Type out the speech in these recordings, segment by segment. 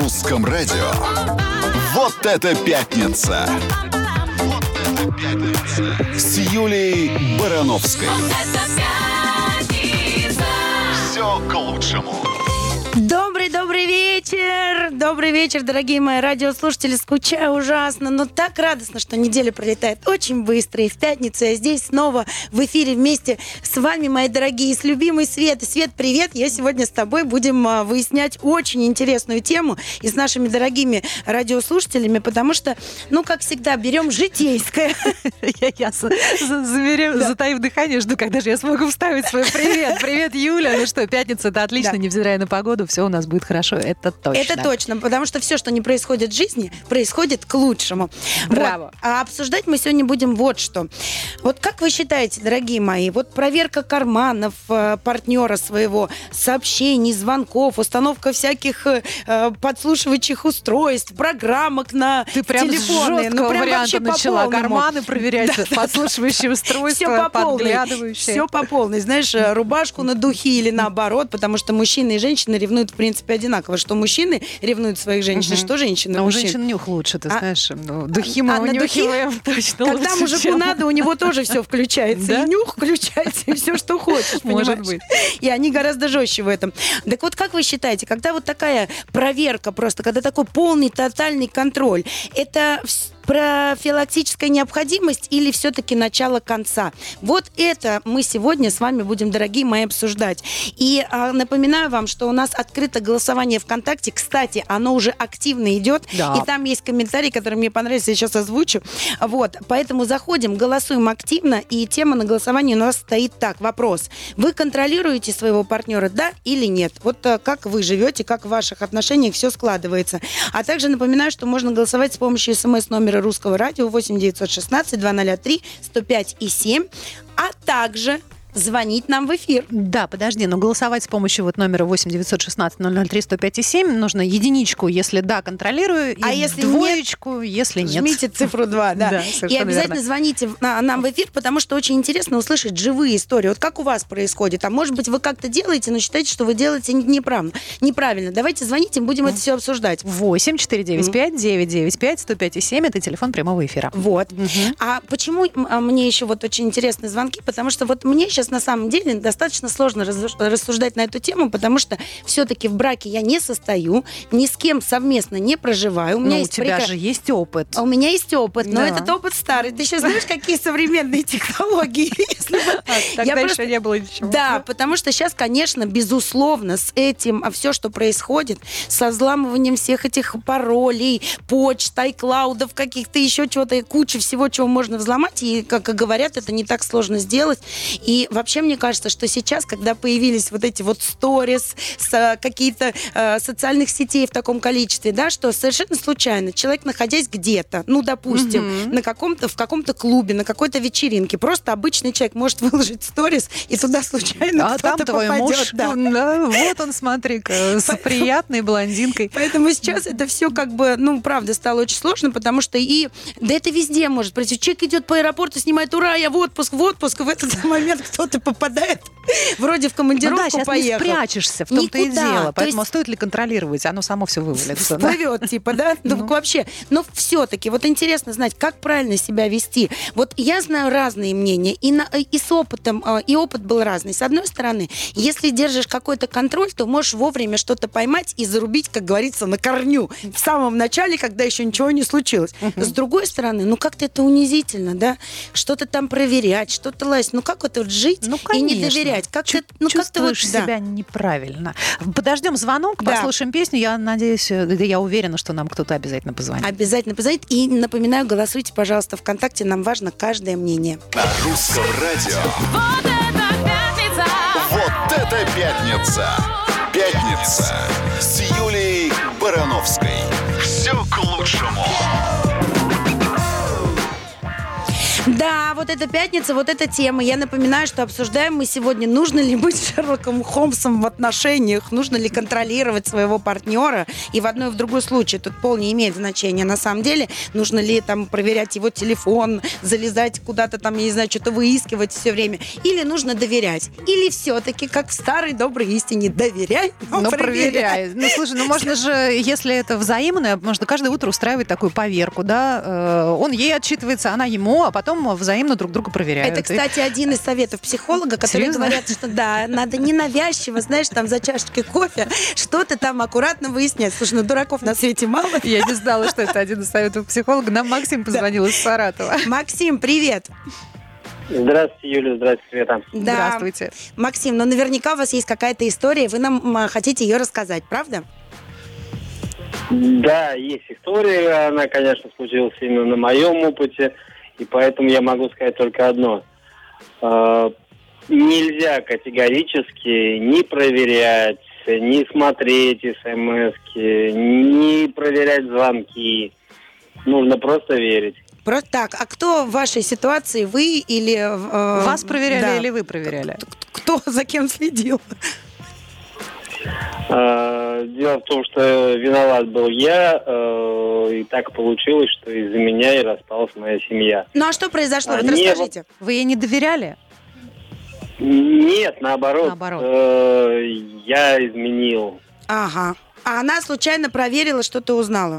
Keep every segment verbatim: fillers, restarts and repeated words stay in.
русском радио. Вот это пятница! Вот это пятница! С Юлией Барановской. Все к лучшему. Добрый-добрый вечер! Добрый вечер, дорогие мои радиослушатели. Скучаю ужасно, но так радостно, что неделя пролетает очень быстро. И в пятницу я здесь снова в эфире вместе с вами, мои дорогие, с любимой Светой. Свет, привет! Я сегодня с тобой будем выяснять очень интересную тему и с нашими дорогими радиослушателями, потому что, ну, как всегда, берем житейское. Я затаив дыхание, жду, когда же я смогу вставить свой привет. Привет, Юля! Ну что, пятница, это отлично, невзирая на погоду, все у нас будет хорошо, это точно. Это точно, потому что все, что не происходит в жизни, происходит к лучшему. Браво. Вот. А обсуждать мы сегодня будем вот что. Вот как вы считаете, дорогие мои, вот проверка карманов э, партнера своего, сообщений, звонков, установка всяких э, подслушивающих устройств, программок на Ты прям телефоны. с Ну, прям варианта начала. Карманы проверять, да, подслушивающие устройства, все по подглядывающие. Все по полной. Знаешь, рубашку на духи или наоборот, потому что мужчины и женщины ревнуют, в принципе, одинаково. Что мужчины ревнуют своих женщин, Угу. что женщины Но у мужчин. женщин нюх лучше, ты А, знаешь. Ну, духи мы а на духи, унюхиваем точно когда лучше, мужику чем... надо, у него тоже все включается. Да? И нюх включается, и все, что хочешь, Может понимаешь? быть. И они гораздо жестче в этом. Так вот, как вы считаете, когда вот такая проверка просто, когда такой полный, тотальный контроль, это профилактическая необходимость или все-таки начало конца? Вот это мы сегодня с вами будем, дорогие мои, обсуждать. И а, напоминаю вам, что у нас открыто голосование ВКонтакте. Кстати, оно уже активно идет. Да. И там есть комментарий, который мне понравился, я сейчас озвучу. Вот, поэтому заходим, голосуем активно. И тема на голосовании у нас стоит так. Вопрос. Вы контролируете своего партнера, да или нет? Вот а, как вы живете, как в ваших отношениях все складывается. А также напоминаю, что можно голосовать с помощью смс-номера Русского радио восемь девятьсот шестнадцать двести три сто пять и семь, а также звонить нам в эфир. Да, подожди, но голосовать с помощью вот номера восемь девятьсот шестнадцать ноль ноль три сто пять и семь нужно единичку, если да, контролирую, а и если двоечку, нет, если нет. жмите цифру два, да. Да, и обязательно верно. звоните на, нам в эфир, потому что очень интересно услышать живые истории. Вот как у вас происходит. А может быть, вы как-то делаете, но считаете, что вы делаете неправильно. неправильно. Давайте звоните, будем это все обсуждать. восемь четыре девять пять девять девять пять сто пять и семь это телефон прямого эфира. Вот. Угу. А почему мне еще вот очень интересны звонки? Потому что вот мне сейчас на самом деле достаточно сложно рассуждать на эту тему, потому что все-таки в браке я не состою, ни с кем совместно не проживаю. У меня Но есть у тебя прика... же есть опыт. А у меня есть опыт, но Да. этот опыт старый. Ты сейчас знаешь, какие современные технологии? Тогда еще не было ничего. Да, потому что сейчас, конечно, безусловно, с этим, а все, что происходит, со взламыванием всех этих паролей, почт, айклаудов, каких-то еще чего-то, куча всего, чего можно взломать, и, как говорят, это не так сложно сделать. И вообще, мне кажется, что сейчас, когда появились вот эти вот сторис, с, какие-то э, социальных сетей в таком количестве, да, что совершенно случайно человек, находясь где-то, ну, допустим, mm-hmm. на каком-то, в каком-то клубе, на какой-то вечеринке, просто обычный человек может выложить сторис, и туда случайно а кто-то там твой попадет. муж, Да. да, вот он, смотри-ка, с приятной блондинкой. Поэтому сейчас это все как бы, ну, правда, стало очень сложно, потому что и, да это везде может произойти. Человек идет по аэропорту, снимает, ура, я в отпуск, в отпуск, и в этот момент кто-то попадает, вроде в командировку ну да, сейчас поехал. не спрячешься, в том-то Никуда. и дело. Поэтому есть... стоит ли контролировать? Оно само все вывалится. Всплывет, да? Типа, да? Ну, ну, вообще. Но все-таки, вот интересно знать, как правильно себя вести. Вот я знаю разные мнения, и, на, и с опытом, и опыт был разный. С одной стороны, если держишь какой-то контроль, то можешь вовремя что-то поймать и зарубить, как говорится, на корню. В самом начале, когда еще ничего не случилось. Uh-huh. С другой стороны, ну как-то это унизительно, да? Что-то там проверять, что-то лазить. Ну как вот, вот жить ну, и не доверять? Как Чу- ты, ну, чувствуешь как-то вот, себя да. неправильно. Подождем звонок, да. послушаем песню. Я надеюсь, да я уверена, что нам кто-то обязательно позвонит. Обязательно позвонит. И напоминаю, голосуйте, пожалуйста, ВКонтакте. Нам важно каждое мнение. На русском радио. Вот это пятница! Вот это пятница! Пятница с Юлией Барановской. Все к лучшему. Да, вот эта пятница, вот эта тема. Я напоминаю, что обсуждаем мы сегодня, нужно ли быть Шерлоком Холмсом в отношениях, нужно ли контролировать своего партнера. И в одной и в другой случае тут пол не имеет значения. На самом деле, нужно ли там проверять его телефон, залезать куда-то там, я не знаю, что-то выискивать все время. Или нужно доверять. Или все-таки, как в старой доброй истине, доверяй, но, Но проверяй. проверяй. Ну, слушай, ну можно же, если это взаимное, можно каждое утро устраивать такую поверку, да? Э, Он ей отчитывается, она ему, а потом взаимно друг друга проверяют. Это, кстати, один из советов психолога, которые Серьезно? говорят, что да, надо ненавязчиво, знаешь, там за чашечкой кофе что-то там аккуратно выяснять. Слушай, ну дураков на свете мало. Я не знала, что это один из советов психолога. Нам Максим позвонил из Саратова. Максим, привет. Здравствуйте, Юля, здравствуйте, Света. Да. Здравствуйте. Максим, ну наверняка у вас есть какая-то история, вы нам м, хотите ее рассказать, правда? Да, есть история, она, конечно, случилась именно на моем опыте, и поэтому я могу сказать только одно. Э, Нельзя категорически не проверять, не смотреть смс-ки, не проверять звонки. Нужно просто верить. Просто так. А кто в вашей ситуации, вы или... э, Вас проверяли да. или вы проверяли? Кто за кем следил? Э, Дело в том, что виноват был я, э, и так получилось, что из-за меня и распалась моя семья. Ну а что произошло? А, Вот не, расскажите. Вы ей не доверяли? Нет, наоборот. Наоборот. Э, я изменил. Ага. А она случайно проверила, что ты узнала?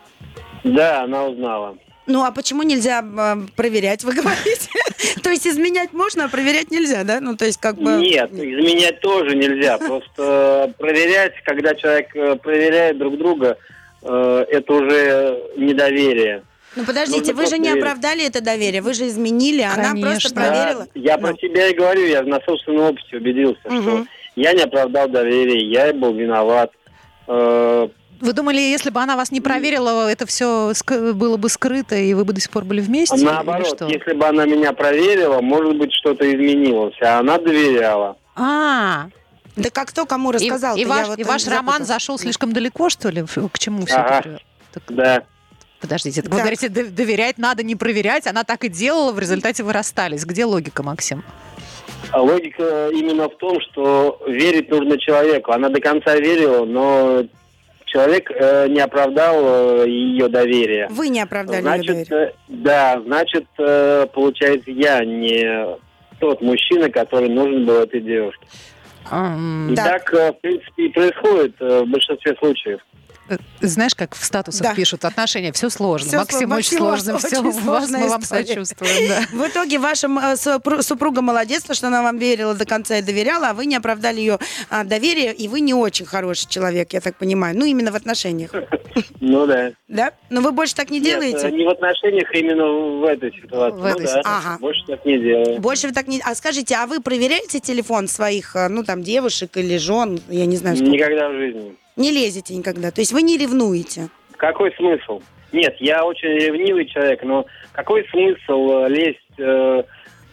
Да, она узнала. Ну, а почему нельзя э, проверять, вы говорите? То есть изменять можно, а проверять нельзя, да? Ну, то есть как бы... Нет, изменять тоже нельзя. Просто проверять, когда человек э, проверяет друг друга, э, это уже недоверие. Ну, подождите, Нужно вы же просто не верить. оправдали это доверие, вы же изменили, а она просто Конечно. проверила. Да, я Ну. про себя и говорю, я на собственном опыте убедился, что Мгм. я не оправдал доверие, я был виноват. Э, Вы думали, если бы она вас не проверила, это все было бы скрыто, и вы бы до сих пор были вместе? или Наоборот, что? если бы она меня проверила, может быть, что-то изменилось, а она доверяла. А, Да как кто кому рассказал? и, и ваш, вот и ваш роман зашел слишком далеко, что ли? К чему все Ага. это? Так, Да. подождите, так Так. вы говорите, д- доверять надо, не проверять. Она так и делала, в результате вы расстались. Где логика, Максим? А логика именно в том, что верить нужно человеку. Она до конца верила, но человек э, не оправдал э, ее доверие. Вы не оправдали ее Значит, доверие. э, да, значит, э, получается, я не тот мужчина, который нужен был этой девушке. Ам, И Так. так, э, в принципе, и происходит э, в большинстве случаев. э, Знаешь, как в статусах Да. пишут, отношения, все сложно. Всё Максим, сложно. очень сложно. Максим, Все, очень вас, сложная мы вам история. сочувствуем. Да. В итоге ваша э, супру- супруга молодец, потому что она вам верила до конца и доверяла, а вы не оправдали ее а, доверие, и вы не очень хороший человек, я так понимаю. Ну, именно в отношениях. Ну да. Да? Но вы больше так не Нет, э, делаете? не в отношениях, а именно в этой ситуации. В Ну этой да, ситуации. Ага. больше так не делаю. Больше вы так не... А скажите, а вы проверяете телефон своих, э, ну, там, девушек или жен? Я не знаю, сколько. Никогда в жизни. Не лезете никогда? То есть вы не ревнуете? Какой смысл? Нет, я очень ревнивый человек, но какой смысл э, лезть э, э,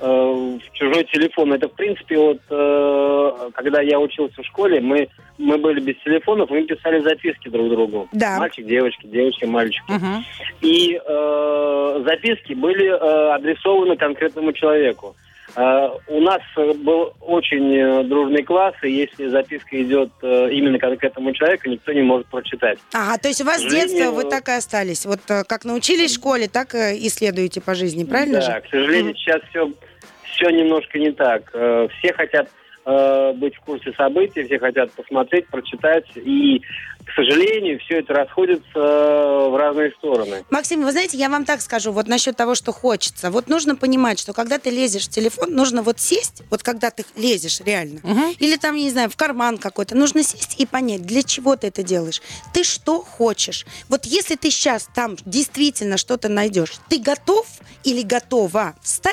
в чужой телефон? Это, в принципе, вот э, когда я учился в школе, мы, мы были без телефонов, мы писали записки друг другу. Да. Мальчик, девочки, девочки, мальчики. Мгм. И э, записки были э, адресованы конкретному человеку. Э, у нас э, был очень э, дружный класс, и если записка идет э, именно к этому человеку, никто не может прочитать. Ага, то есть у вас с К сожалению, детства вы так и остались. Вот э, как научились в школе, так э, и следуете по жизни, правильно Да, же? к сожалению, Мгм. сейчас все, все немножко не так. Э, Все хотят э, быть в курсе событий, все хотят посмотреть, прочитать, и, к сожалению, все это расходится э, в разные стороны. Максим, вы знаете, я вам так скажу, вот насчет того, что хочется. Вот нужно понимать, что когда ты лезешь в телефон, нужно вот сесть, вот когда ты лезешь реально, Мгм. или там, я не знаю, в карман какой-то, нужно сесть и понять, для чего ты это делаешь. Ты что хочешь? Вот если ты сейчас там действительно что-то найдешь, ты готов или готова встать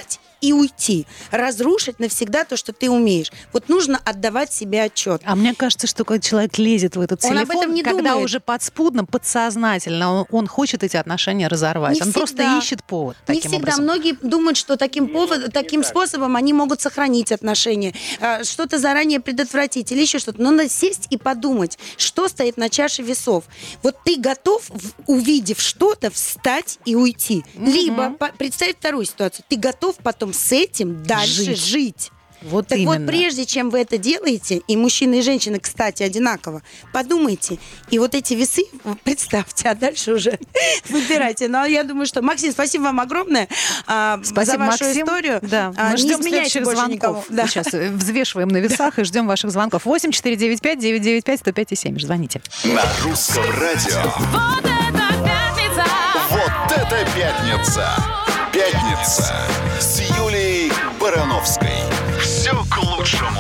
и уйти. Разрушить навсегда то, что ты умеешь. Вот нужно отдавать себе отчет. А мне кажется, что когда человек лезет в этот Он об телефон, этом не когда думает. уже подспудно, подсознательно, он, он хочет эти отношения разорвать. Не он всегда. просто ищет повод Не таким всегда. образом. Многие думают, что таким, повод, таким способом они могут сохранить отношения, а, что-то заранее предотвратить или еще что-то. Но надо сесть и подумать, что стоит на чаше весов. Вот ты готов, в- увидев что-то, встать и уйти. Либо по- представь вторую ситуацию. Ты готов потом с этим дальше Жить. жить. Вот Так именно. вот, прежде чем вы это делаете, и мужчины, и женщины, кстати, одинаково, подумайте, и вот эти весы представьте, а дальше уже выбирайте. Но я думаю, что, Максим, спасибо вам огромное а, Спасибо, за вашу Максим. историю. Да. А, Мы не ждем изменяйте следующих больше звонков. никому. Да. Сейчас э, взвешиваем на весах и ждем ваших звонков. восемь четыре девять пять девять девять пять сто пять и семь. Звоните. На русском радио. Вот это пятница! Вот это пятница! Пятница с Юлией Барановской. Все к лучшему.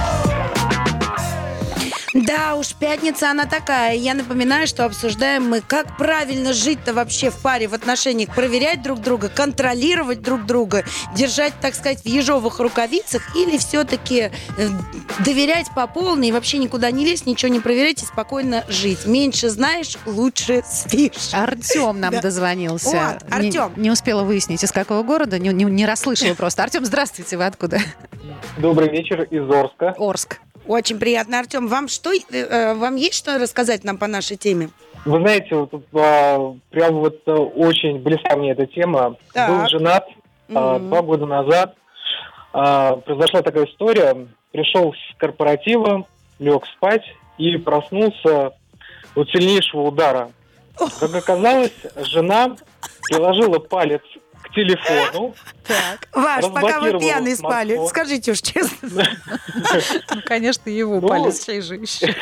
Да уж, пятница она такая. Я напоминаю, что обсуждаем мы, как правильно жить-то вообще в паре, в отношениях. Проверять друг друга, контролировать друг друга, держать, так сказать, в ежовых рукавицах или все-таки э, доверять по полной и вообще никуда не лезть, ничего не проверять и спокойно жить. Меньше знаешь, лучше спишь. Артем нам Да. дозвонился. Вот, Артем. Не, не успела выяснить, из какого города, не, не- не расслышала просто. Артем, здравствуйте, вы откуда? Добрый вечер из Орска. Орск. Очень приятно, Артем. Вам что, э, э, вам есть что рассказать нам по нашей теме? Вы знаете, вот, а, прям вот а, очень близка мне эта тема. Так. Был женат а, Мгм. два года назад. А, произошла такая история. Пришел с корпоратива, лег спать и проснулся от сильнейшего удара. Как оказалось, жена приложила палец к телефону. Ваш, пока вы Разблокировала пьяные спали, смартфон. скажите уж честно. Ну, конечно, его Ну, палец чей же еще.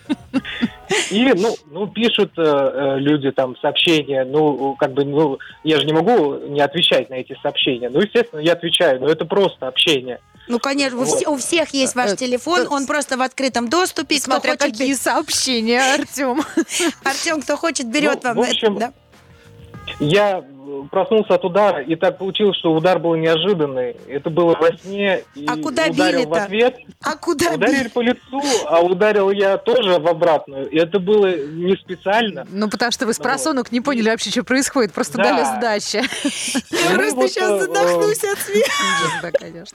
И, ну, ну пишут э, э, люди там сообщения, ну, как бы, ну, я же не могу не отвечать на эти сообщения. Ну, естественно, я отвечаю, но это просто общение. Ну, конечно, вы Вот. все- у всех есть ваш Э, телефон, э, он просто в открытом доступе. Кто Смотря хочет, какие бе- сообщения, Артем. Артем, кто хочет, берет Ну, вам. в общем, это, да. Я э, проснулся от удара, и так получилось, что удар был неожиданный. Это было во сне, и А куда ударил в били-то? ответ. А куда Ударили били? по лицу, а ударил я тоже в обратную. И это было не специально. Ну, потому что вы с просонок не поняли вообще, что происходит. Просто Да. дали сдачи. Я Ну, просто вот, сейчас э, задохнусь от смеха. Ужас, да, конечно.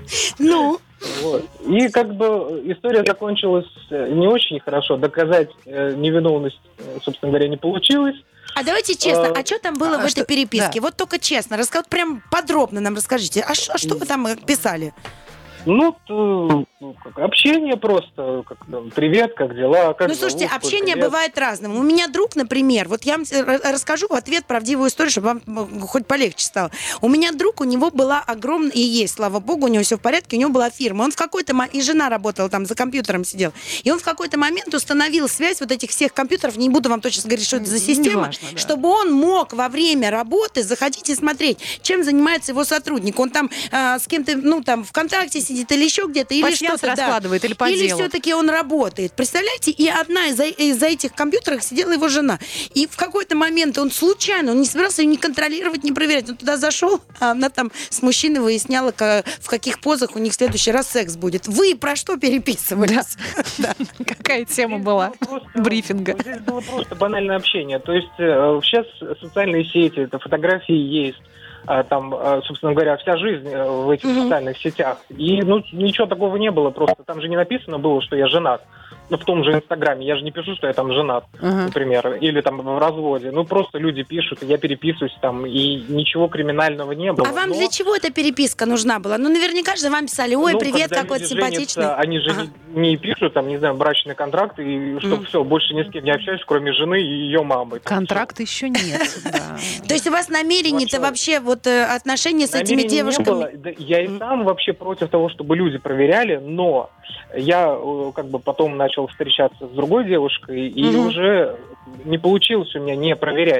Ну, Вот. И как бы история закончилась э, не очень хорошо. Доказать э, невиновность, э, собственно говоря, не получилось. а давайте честно, Э, а что там было а в этой что- переписке? да. Вот только честно, раска- прям подробно нам расскажите. А, ш- а что вы там э, писали? Ну, т- ну, как общение просто. Как, там, привет, как дела? Как Ну, слушайте, зовут, общение сколько лет? бывает разным. У меня друг, например, вот я вам с- ра- расскажу в ответ правдивую историю, чтобы вам м, хоть полегче стало. У меня друг, у него была огромная, и есть, слава богу, у него все в порядке, у него была фирма. Он в какой-то момент, и жена работала там, за компьютером сидел. И он в какой-то момент установил связь вот этих всех компьютеров, не буду вам точно говорить, что это за Н- система, неважно, да. чтобы он мог во время работы заходить и смотреть, чем занимается его сотрудник. Он там а, с кем-то, ну, там, ВКонтакте сидит или еще где-то, или Пасьянс что-то. да. раскладывает или по Или делу. все-таки он работает. Представляете? И одна из, из этих компьютеров сидела его жена. И в какой-то момент он случайно, он не собирался ее не контролировать, не проверять. Он туда зашел, а она там с мужчиной выясняла, ка- в каких позах у них в следующий раз секс будет. Вы про что переписывались? Да. Какая тема была Просто- брифинга? Здесь было просто банальное общение. То есть э, сейчас социальные сети, это фотографии есть, а, там, а, собственно говоря, вся жизнь э, в этих Мгм. социальных сетях. И ну, ничего такого не было, просто там же не написано было, что я женат. Ну, в том же Инстаграме. Я же не пишу, что я там женат, Ага. например, или там в разводе. Ну, просто люди пишут, и я переписываюсь там, и ничего криминального не было. А вам Но- для чего эта переписка нужна была? Ну, наверняка же вам писали, ой, Ну, привет, когда какой то люди симпатичный. женятся, они же Ага. не, не пишут, там, не знаю, брачный контракт, и что Мгм. все, больше ни с кем не общаюсь, кроме жены и ее мамы. Там Контракта еще нет. да. То есть у вас намерение-то вообще вот э, отношения с этими Намерений не было. девушками? Да, я и сам вообще против того, чтобы люди проверяли, но я э, как бы потом начал встречаться с другой девушкой, и Мгм. уже не получилось у меня не проверять.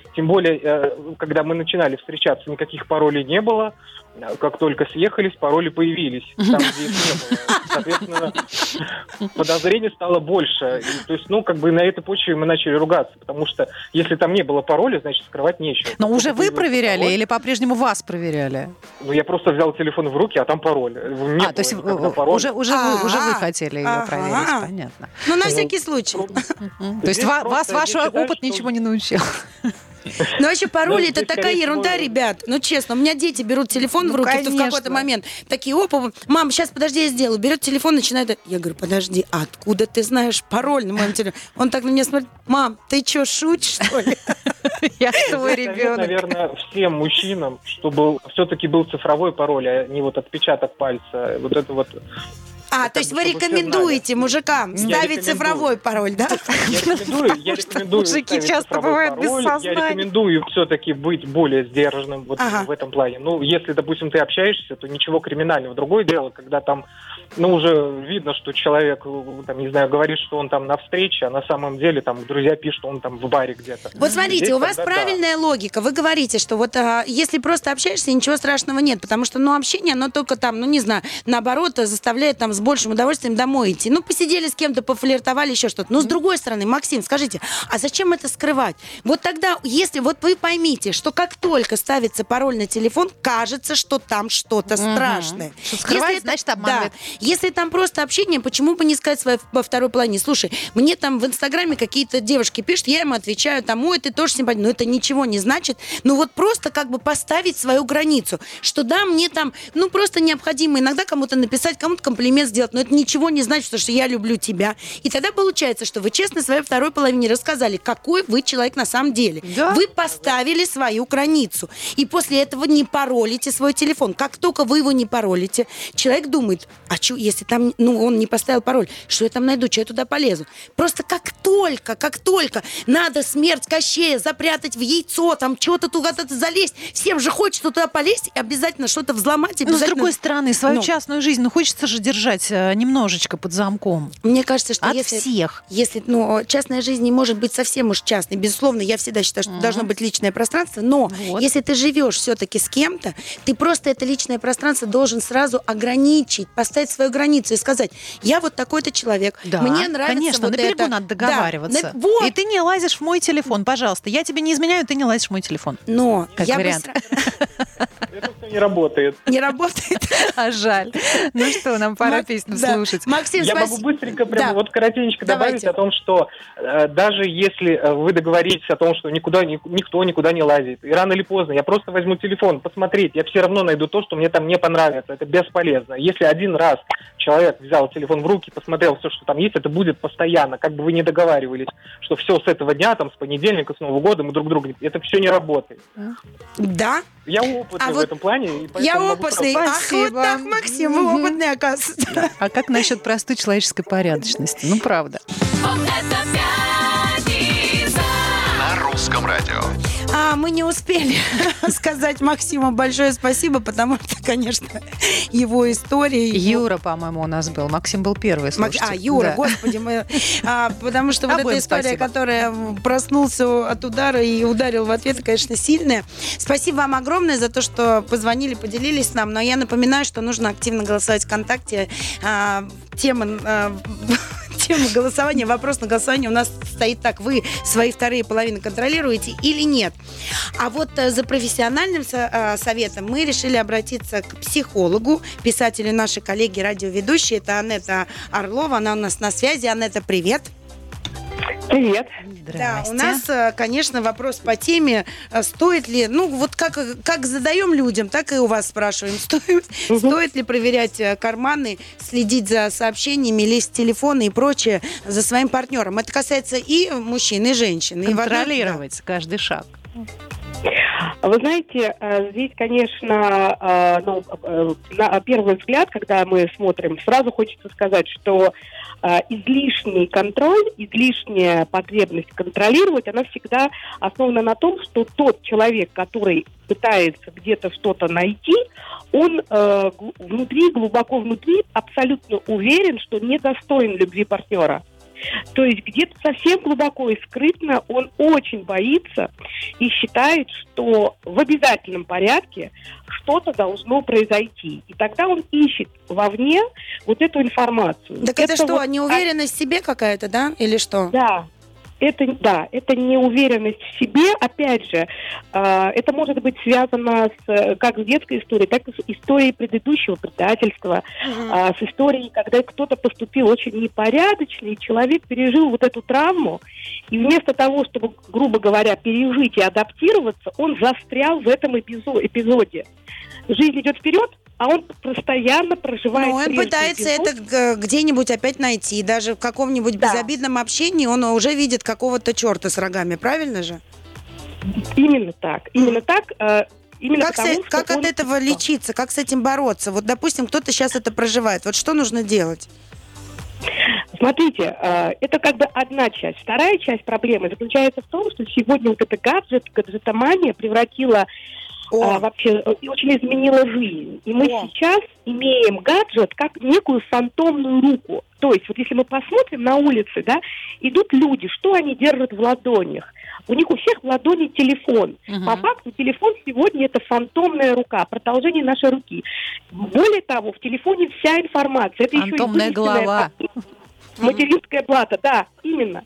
Тем более, э, когда мы начинали встречаться, никаких паролей не было. Как только съехались, пароли появились там, где их не было. Соответственно, подозрений стало больше. И, то есть, ну, как бы на этой почве мы начали ругаться, потому что если там не было пароля, значит, скрывать нечего. Но уже вы появился проверяли пароль, или по-прежнему вас проверяли? Ну, я просто взял телефон в руки, а там пароль. Не а, то есть никогда пароля. уже, уже, вы, уже вы А, хотели ее ага. проверить, понятно. Ну, на Ну, всякий случай. То есть Здесь ва- просто вас я ваш считаю, опыт что- ничего не научил? Ну, вообще, пароли Ну, это здесь, такая скорее ерунда, всего, ребят. Ну, честно, у меня дети берут телефон Ну, в руки в конечно. какой-то момент. Такие, опа, мам, сейчас, подожди, я сделаю. Берет телефон, начинает... Я говорю, подожди, а откуда ты знаешь пароль на моем телефоне? Он так на меня смотрит, мам, ты что, шутишь, что ли? Я твой Совет, ребенок. наверное, всем мужчинам, чтобы все-таки был цифровой пароль, а не вот отпечаток пальца. Вот это вот. А, как то есть бы, вы чтобы все рекомендуете знали. мужикам Я ставить рекомендую. цифровой пароль, да? Я рекомендую, я рекомендую мужики ставить часто цифровой бывают без пароль. сознания. Я рекомендую все-таки быть более сдержанным вот Ага. в этом плане. Ну, если, допустим, ты общаешься, то ничего криминального. Другое дело, когда там, ну, уже видно, что человек, там, не знаю, говорит, что он там на встрече, а на самом деле там друзья пишут, что он там в баре где-то. Вот смотрите, Здесь у вас тогда да. правильная логика. Вы говорите, что вот а, если просто общаешься, ничего страшного нет, потому что, ну, общение, оно только там, ну, не знаю, наоборот, заставляет там с большим удовольствием домой идти. Ну, посидели с кем-то, пофлиртовали, еще что-то. Но с другой стороны, Максим, скажите, а зачем это скрывать? Вот тогда, если вот вы поймите, что как только ставится пароль на телефон, кажется, что там что-то страшное. Что скрывает, Если значит, это- обманывает. Да. Если там просто общение, почему бы не сказать своей во второй половине? Слушай, мне там в Инстаграме какие-то девушки пишут, я им отвечаю, там, ой, ты тоже симпатичный. Но это ничего не значит. Ну вот просто как бы поставить свою границу, что да, мне там, ну просто необходимо иногда кому-то написать, кому-то комплимент сделать, но это ничего не значит, что я люблю тебя. И тогда получается, что вы честно своей второй половине рассказали, какой вы человек на самом деле. Да. Вы поставили свою границу. И после этого не паролите свой телефон. Как только вы его не паролите, человек думает, а что, если там, ну, он не поставил пароль, что я там найду, что я туда полезу? Просто как только, как только надо смерть Кощея запрятать в яйцо, там что-то туда-то залезть, всем же хочется туда полезть, и обязательно что-то взломать. Ну, с обязательно- другой стороны, свою Ну. частную жизнь, ну, хочется же держать э, немножечко под замком. Мне кажется, что От если... всех. Если, ну, частная жизнь не может быть совсем уж частной. Безусловно, я всегда считаю, что должно быть личное пространство. Но Вот. если ты живешь все-таки с кем-то, ты просто это личное пространство должен сразу ограничить, поставить свою границу и сказать, я вот такой-то человек, Да, мне нравится конечно, вот на берегу это. надо Да, договариваться. на- вот. И ты не лазишь в мой телефон, пожалуйста. Я тебе не изменяю, ты не лазишь в мой телефон. Но Как я бы вариант. сра- Это все не работает. не работает. А жаль. Ну что, нам пора Мак- песню да. слушать. Максим, Я спасибо. могу быстренько, прямо Да. вот коротенько добавить Давайте. о том, что э, даже если э, вы договоритесь о том, что никуда, ни- никто никуда не лазит, и рано или поздно я просто возьму телефон, посмотреть, я все равно найду то, что мне там не понравится. Это бесполезно. Если один раз человек взял телефон в руки, посмотрел все, что там есть, это будет постоянно. Как бы вы ни договаривались, что все с этого дня, там, с понедельника, с Нового года мы друг друга... Это все не работает. Да, Я опытный А в вот этом плане. И поэтому я могу опытный. сказать. Ах, вот Спасибо. так, Максим, вы Мгм. опытный, оказывается. А как насчет простой человеческой порядочности? Ну, правда. Вот это пятница. На русском радио. А мы не успели сказать Максиму большое спасибо, потому что, конечно, его история... его- Юра, по-моему, у нас был. Максим был первый, Мак- слушайте. А, Юра, Да. господи, мы... а, потому что вот Обоим эта история, спасибо. которая проснулся от удара и ударил в ответ, конечно, сильная. Спасибо вам огромное за то, что позвонили, поделились с нами. Но я напоминаю, что нужно активно голосовать ВКонтакте. А, тема... а, Тема голосования, вопрос на голосование у нас стоит так: вы свои вторые половины контролируете или нет? А вот э, за профессиональным со- э, советом мы решили обратиться к психологу, писателю нашей коллеги, радиоведущей. Это Анетта Орлова, она у нас на связи. Анетта, привет. Привет. Да, Здрасте. у нас, э, конечно, вопрос по теме, э, стоит ли, ну вот как, как задаем людям, так и у вас спрашиваем, стоит, стоит ли проверять э, карманы, следить за сообщениями, лезть в телефоны и прочее за своим партнером. Это касается и мужчин, и женщин. И в одной- Контролировать каждый шаг. Вы знаете, э, здесь, конечно, э, ну, э, на первый взгляд, когда мы смотрим, сразу хочется сказать, что э, излишний контроль, излишняя потребность контролировать, она всегда основана на том, что тот человек, который пытается где-то что-то найти, он э, гл- внутри, глубоко внутри, абсолютно уверен, что недостоин любви партнера. То есть где-то совсем глубоко и скрытно он очень боится и считает, что в обязательном порядке что-то должно произойти. И тогда он ищет вовне вот эту информацию. Так это, это что, вот... неуверенность в себе какая-то, да? Или что? Да. Это, да, это неуверенность в себе. Опять же, э, это может быть связано с, как с детской историей, так и с историей предыдущего предательства, uh-huh. э, с историей, когда кто-то поступил очень непорядочно, и человек пережил вот эту травму, и вместо того, чтобы, грубо говоря, пережить и адаптироваться, он застрял в этом эпизо- эпизоде. Жизнь идет вперед, а он постоянно проживает... Ну, он пытается эпизод. это где-нибудь опять найти. Даже в каком-нибудь да. безобидном общении он уже видит какого-то черта с рогами. Правильно же? Именно так. Именно так. Э, именно как потому, с, как он... от этого лечиться? Как с этим бороться? Вот, допустим, кто-то сейчас это проживает. Вот что нужно делать? Смотрите, э, это как бы одна часть. Вторая часть проблемы заключается в том, что сегодня вот эта гаджет, гаджетомания превратила... А, вообще очень изменила жизнь. И мы О. сейчас имеем гаджет как некую фантомную руку. То есть вот если мы посмотрим на улице, да, идут люди, что они держат в ладонях? У них у всех в ладони телефон. Угу. По факту телефон сегодня это фантомная рука, продолжение нашей руки. Более того, в телефоне вся информация. Это фантомная еще и голова. Материнская плата, да, именно.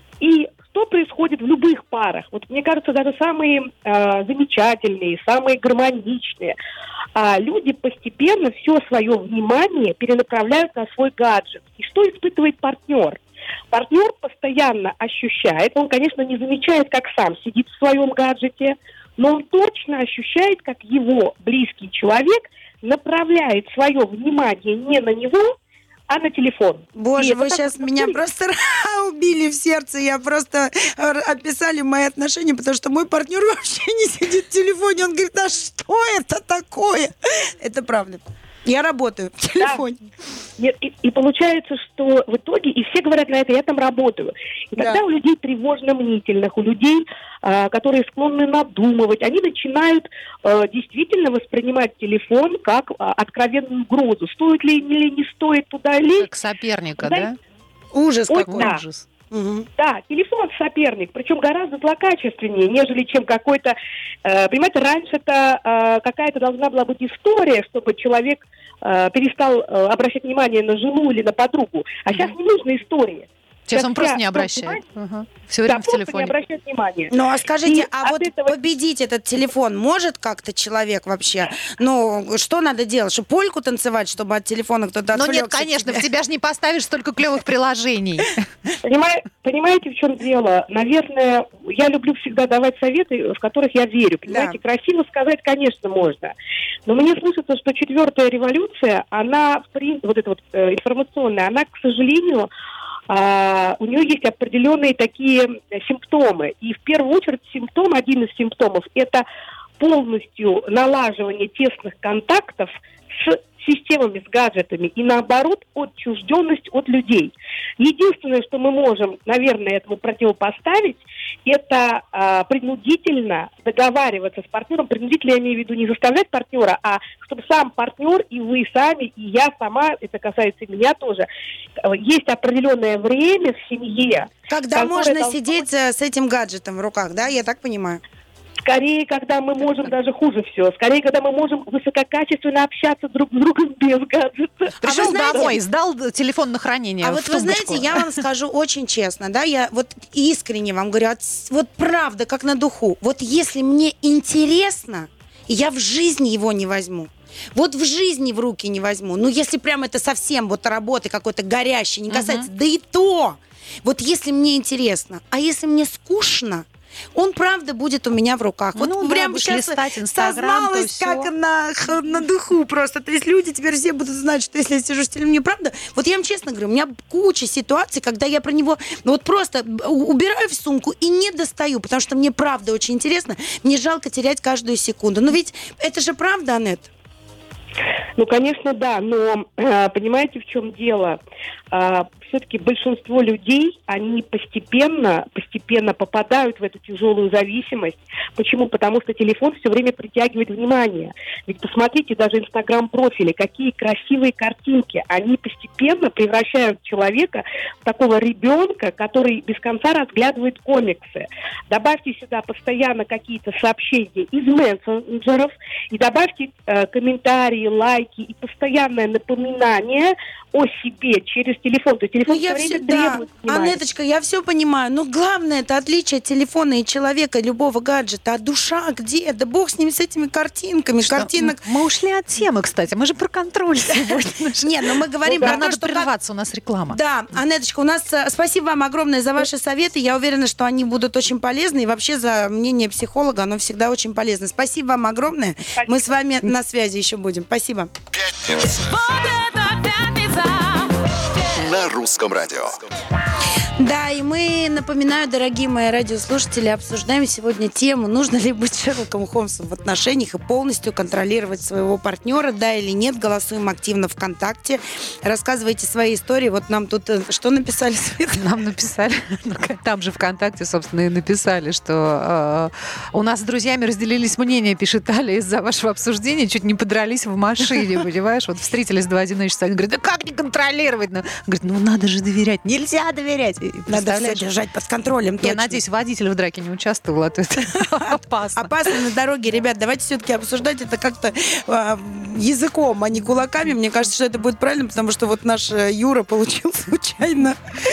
И что происходит в любых парах? Вот мне кажется, даже самые э, замечательные, самые гармоничные э, люди постепенно все свое внимание перенаправляют на свой гаджет. И что испытывает партнер? Партнер постоянно ощущает, он, конечно, не замечает, как сам сидит в своем гаджете, но он точно ощущает, как его близкий человек направляет свое внимание не на него, а на телефон. Боже, вы сейчас так... меня просто убили в сердце. Я просто описали мои отношения, потому что мой партнер вообще не сидит в телефоне. Он говорит, а что это такое? Это правда. Я работаю в телефоне. Да. Нет, и, и получается, что в итоге, и все говорят на это, я там работаю. И тогда да. у людей тревожно-мнительных, у людей, э, которые склонны надумывать, они начинают э, действительно воспринимать телефон как э, откровенную угрозу. Стоит ли или не стоит туда лезть? Как соперника, туда... да? Ужас Ой, какой. Да. Ужас. Угу. Да, телефон соперник, причем гораздо злокачественнее, нежели чем какой-то... Э, понимаете, раньше это э, какая-то должна была быть история, чтобы человек э, перестал э, обращать внимание на жену или на подругу. А угу. сейчас не нужно истории. Сейчас, сейчас он просто не обращает. Угу. Все время да, в телефоне. не обращает внимания. Ну, а скажите, И а вот этого... победить этот телефон может как-то человек вообще? Ну, что надо делать? Что, польку танцевать, чтобы от телефона кто-то отвлекся? Ну нет, конечно, в тебя же не поставишь столько клевых приложений. Понимаете, в чем дело? Наверное, я люблю всегда давать советы, в которых я верю. Понимаете, да. красиво сказать, конечно, можно. Но мне слышится, что четвертая революция, она, вот эта вот информационная, она, к сожалению... Uh, у нее есть определенные такие симптомы. И в первую очередь симптом, один из симптомов, это полностью налаживание тесных контактов с системами, с гаджетами, и наоборот, отчужденность от людей. Единственное, что мы можем, наверное, этому противопоставить, это а, принудительно договариваться с партнером. Принудительно я имею в виду не заставлять партнера, а чтобы сам партнер, и вы сами, и я сама, это касается и меня тоже, есть определенное время в семье. Когда можно сидеть быть... с этим гаджетом в руках, да, я так понимаю? Скорее, когда мы можем, даже хуже всего, скорее, когда мы можем высококачественно общаться друг с другом без гаджета. Пришел а знаете, домой, сдал телефон на хранение. А вот тумбочку. Вы знаете, я вам скажу очень честно, да, я вот искренне вам говорю, вот правда, как на духу, вот если мне интересно, я в жизни его не возьму. Вот в жизни в руки не возьму. Ну, если прям это совсем вот работы какой-то горящей, не касается, uh-huh. да и то. Вот если мне интересно, а если мне скучно, он, правда, будет у меня в руках. Вот ну, прям да, сейчас Инстаграм, созналась как на, на духу просто. То есть люди теперь все будут знать, что если я сижу с телефоном, мне правда. Вот я вам честно говорю, у меня куча ситуаций, когда я про него ну, вот просто убираю в сумку и не достаю, потому что мне правда очень интересно. Мне жалко терять каждую секунду. Но ведь это же правда, Анет? Ну, конечно, да, но э, понимаете, в чем дело? Э, все-таки большинство людей, они постепенно, постепенно попадают в эту тяжелую зависимость. Почему? Потому что телефон все время притягивает внимание. Ведь посмотрите, даже инстаграм-профили, какие красивые картинки. Они постепенно превращают человека в такого ребенка, который без конца разглядывает комиксы. Добавьте сюда постоянно какие-то сообщения из мессенджеров и добавьте э, комментарии, лайки и постоянное напоминание о себе через телефон. То есть телефон Ну, я все все, время да, требует внимания. Анеточка, я все понимаю. Но главное это отличие телефона и человека, любого гаджета. А душа где? Да бог с ними, с этими картинками. Что? Картинок. Мы ушли от темы, кстати. Мы же про контроль сегодня. Нет, но мы говорим Да, про то, надо что как- прерваться, у нас реклама. Да, Анеточка, у нас э, спасибо вам огромное за ваши советы. Я уверена, что они будут очень полезны. И вообще за мнение психолога оно всегда очень полезно. Спасибо вам огромное. Мы с вами на связи еще будем. Спасибо. Пятница Вот это пятница. на русском радио. Да, и мы, напоминаю, дорогие мои радиослушатели, обсуждаем сегодня тему, нужно ли быть Шерлоком Холмсом в отношениях и полностью контролировать своего партнера, да или нет. Голосуем активно ВКонтакте. Рассказывайте свои истории. Вот нам тут э, что написали, Света? Нам написали, ну, там же ВКонтакте, собственно, и написали, что э, у нас с друзьями разделились мнения, пишет Аля, из-за вашего обсуждения, чуть не подрались в машине, понимаешь? Вот встретились два одиночества, они говорят, да как не контролировать? Ну, говорит, ну надо же доверять, нельзя доверять. И, Надо все представляешь? держать под контролем. Я точно. надеюсь, водитель в драке не участвовал, а то это опасно. Опасно на дороге, ребят. Давайте все-таки обсуждать это как-то э, языком, а не кулаками. Мне кажется, что это будет правильно, потому что вот наш э, Юра получил случайно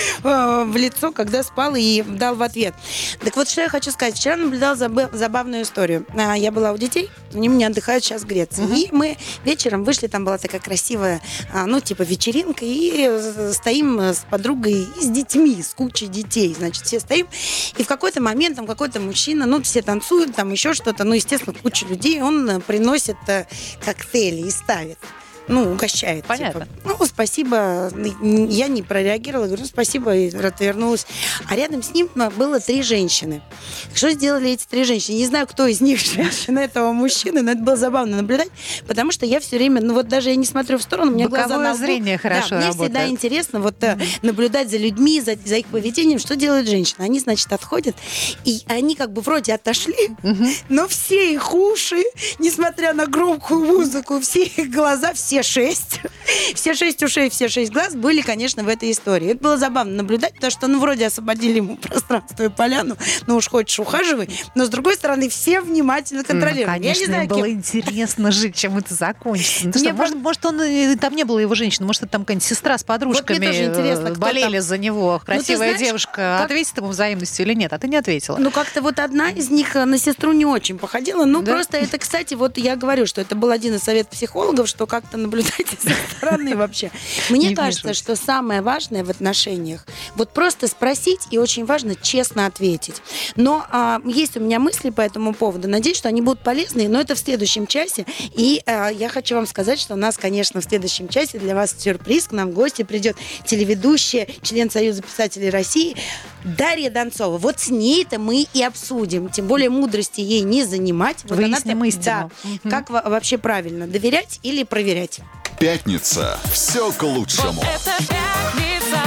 э, в лицо, когда спал и дал в ответ. Так вот, что я хочу сказать. Вчера наблюдала заб- забавную историю. А, я была у детей, они у меня отдыхают сейчас в Греции. И мы вечером вышли, там была такая красивая, а, ну, типа вечеринка, и э, стоим с подругой и с детьми, с кучей детей. Значит, все стоим. И в какой-то момент там какой-то мужчина, ну, все танцуют, там еще что-то, ну, естественно, куча людей, он э, приносит э, коктейли и ставит. Ну, угощает. Понятно. Типа. Ну, спасибо. Я не прореагировала, говорю, спасибо, и отвернулась. А рядом с ним было три женщины. Что сделали эти три женщины? Не знаю, кто из них женщина этого мужчины, но это было забавно наблюдать, потому что я все время, ну вот даже я не смотрю в сторону, у меня Боковое глаза на лбу. зрение хорошо да, мне работает. всегда интересно вот mm-hmm. наблюдать за людьми, за, за их поведением, что делают женщины. Они, значит, отходят, и они как бы вроде отошли, mm-hmm. но все их уши, несмотря на громкую музыку, все их глаза, все шесть, все шесть ушей, все шесть глаз были, конечно, в этой истории. Это было забавно наблюдать, потому что, ну, вроде освободили ему пространство и поляну, ну уж хочешь ухаживай, но, с другой стороны, все внимательно контролируют. Ну, конечно, я не знаю, им было кем... интересно жить, чем это закончится. Ну, что, Мне может, может, он и- там не было его женщины, может, это там какая-нибудь сестра с подружками тоже интересно, э, кто болели там. за него. Красивая знаешь, девушка. как- Ответит ему взаимностью или нет? А ты не ответила. Ну, как-то вот одна из них на сестру не очень походила. Ну, Да? просто это, кстати, вот я говорю, что это был один из советов психологов, что как-то наблюдайте со стороны вообще. Мне Не кажется, вмешивайся. что самое важное в отношениях, вот просто спросить и очень важно честно ответить. Но а, есть у меня мысли по этому поводу. Надеюсь, что они будут полезны, но это в следующем часе. И а, я хочу вам сказать, что у нас, конечно, в следующем часе для вас сюрприз. К нам в гости придет телеведущая, член Союза писателей России Дарья Донцова. Вот с ней-то мы и обсудим. Тем более мудрости ей не занимать. Вот Выясним она-то- истину. Да. Мгм. Как во- вообще правильно, доверять или проверять? Пятница. Все к лучшему. Это пятница.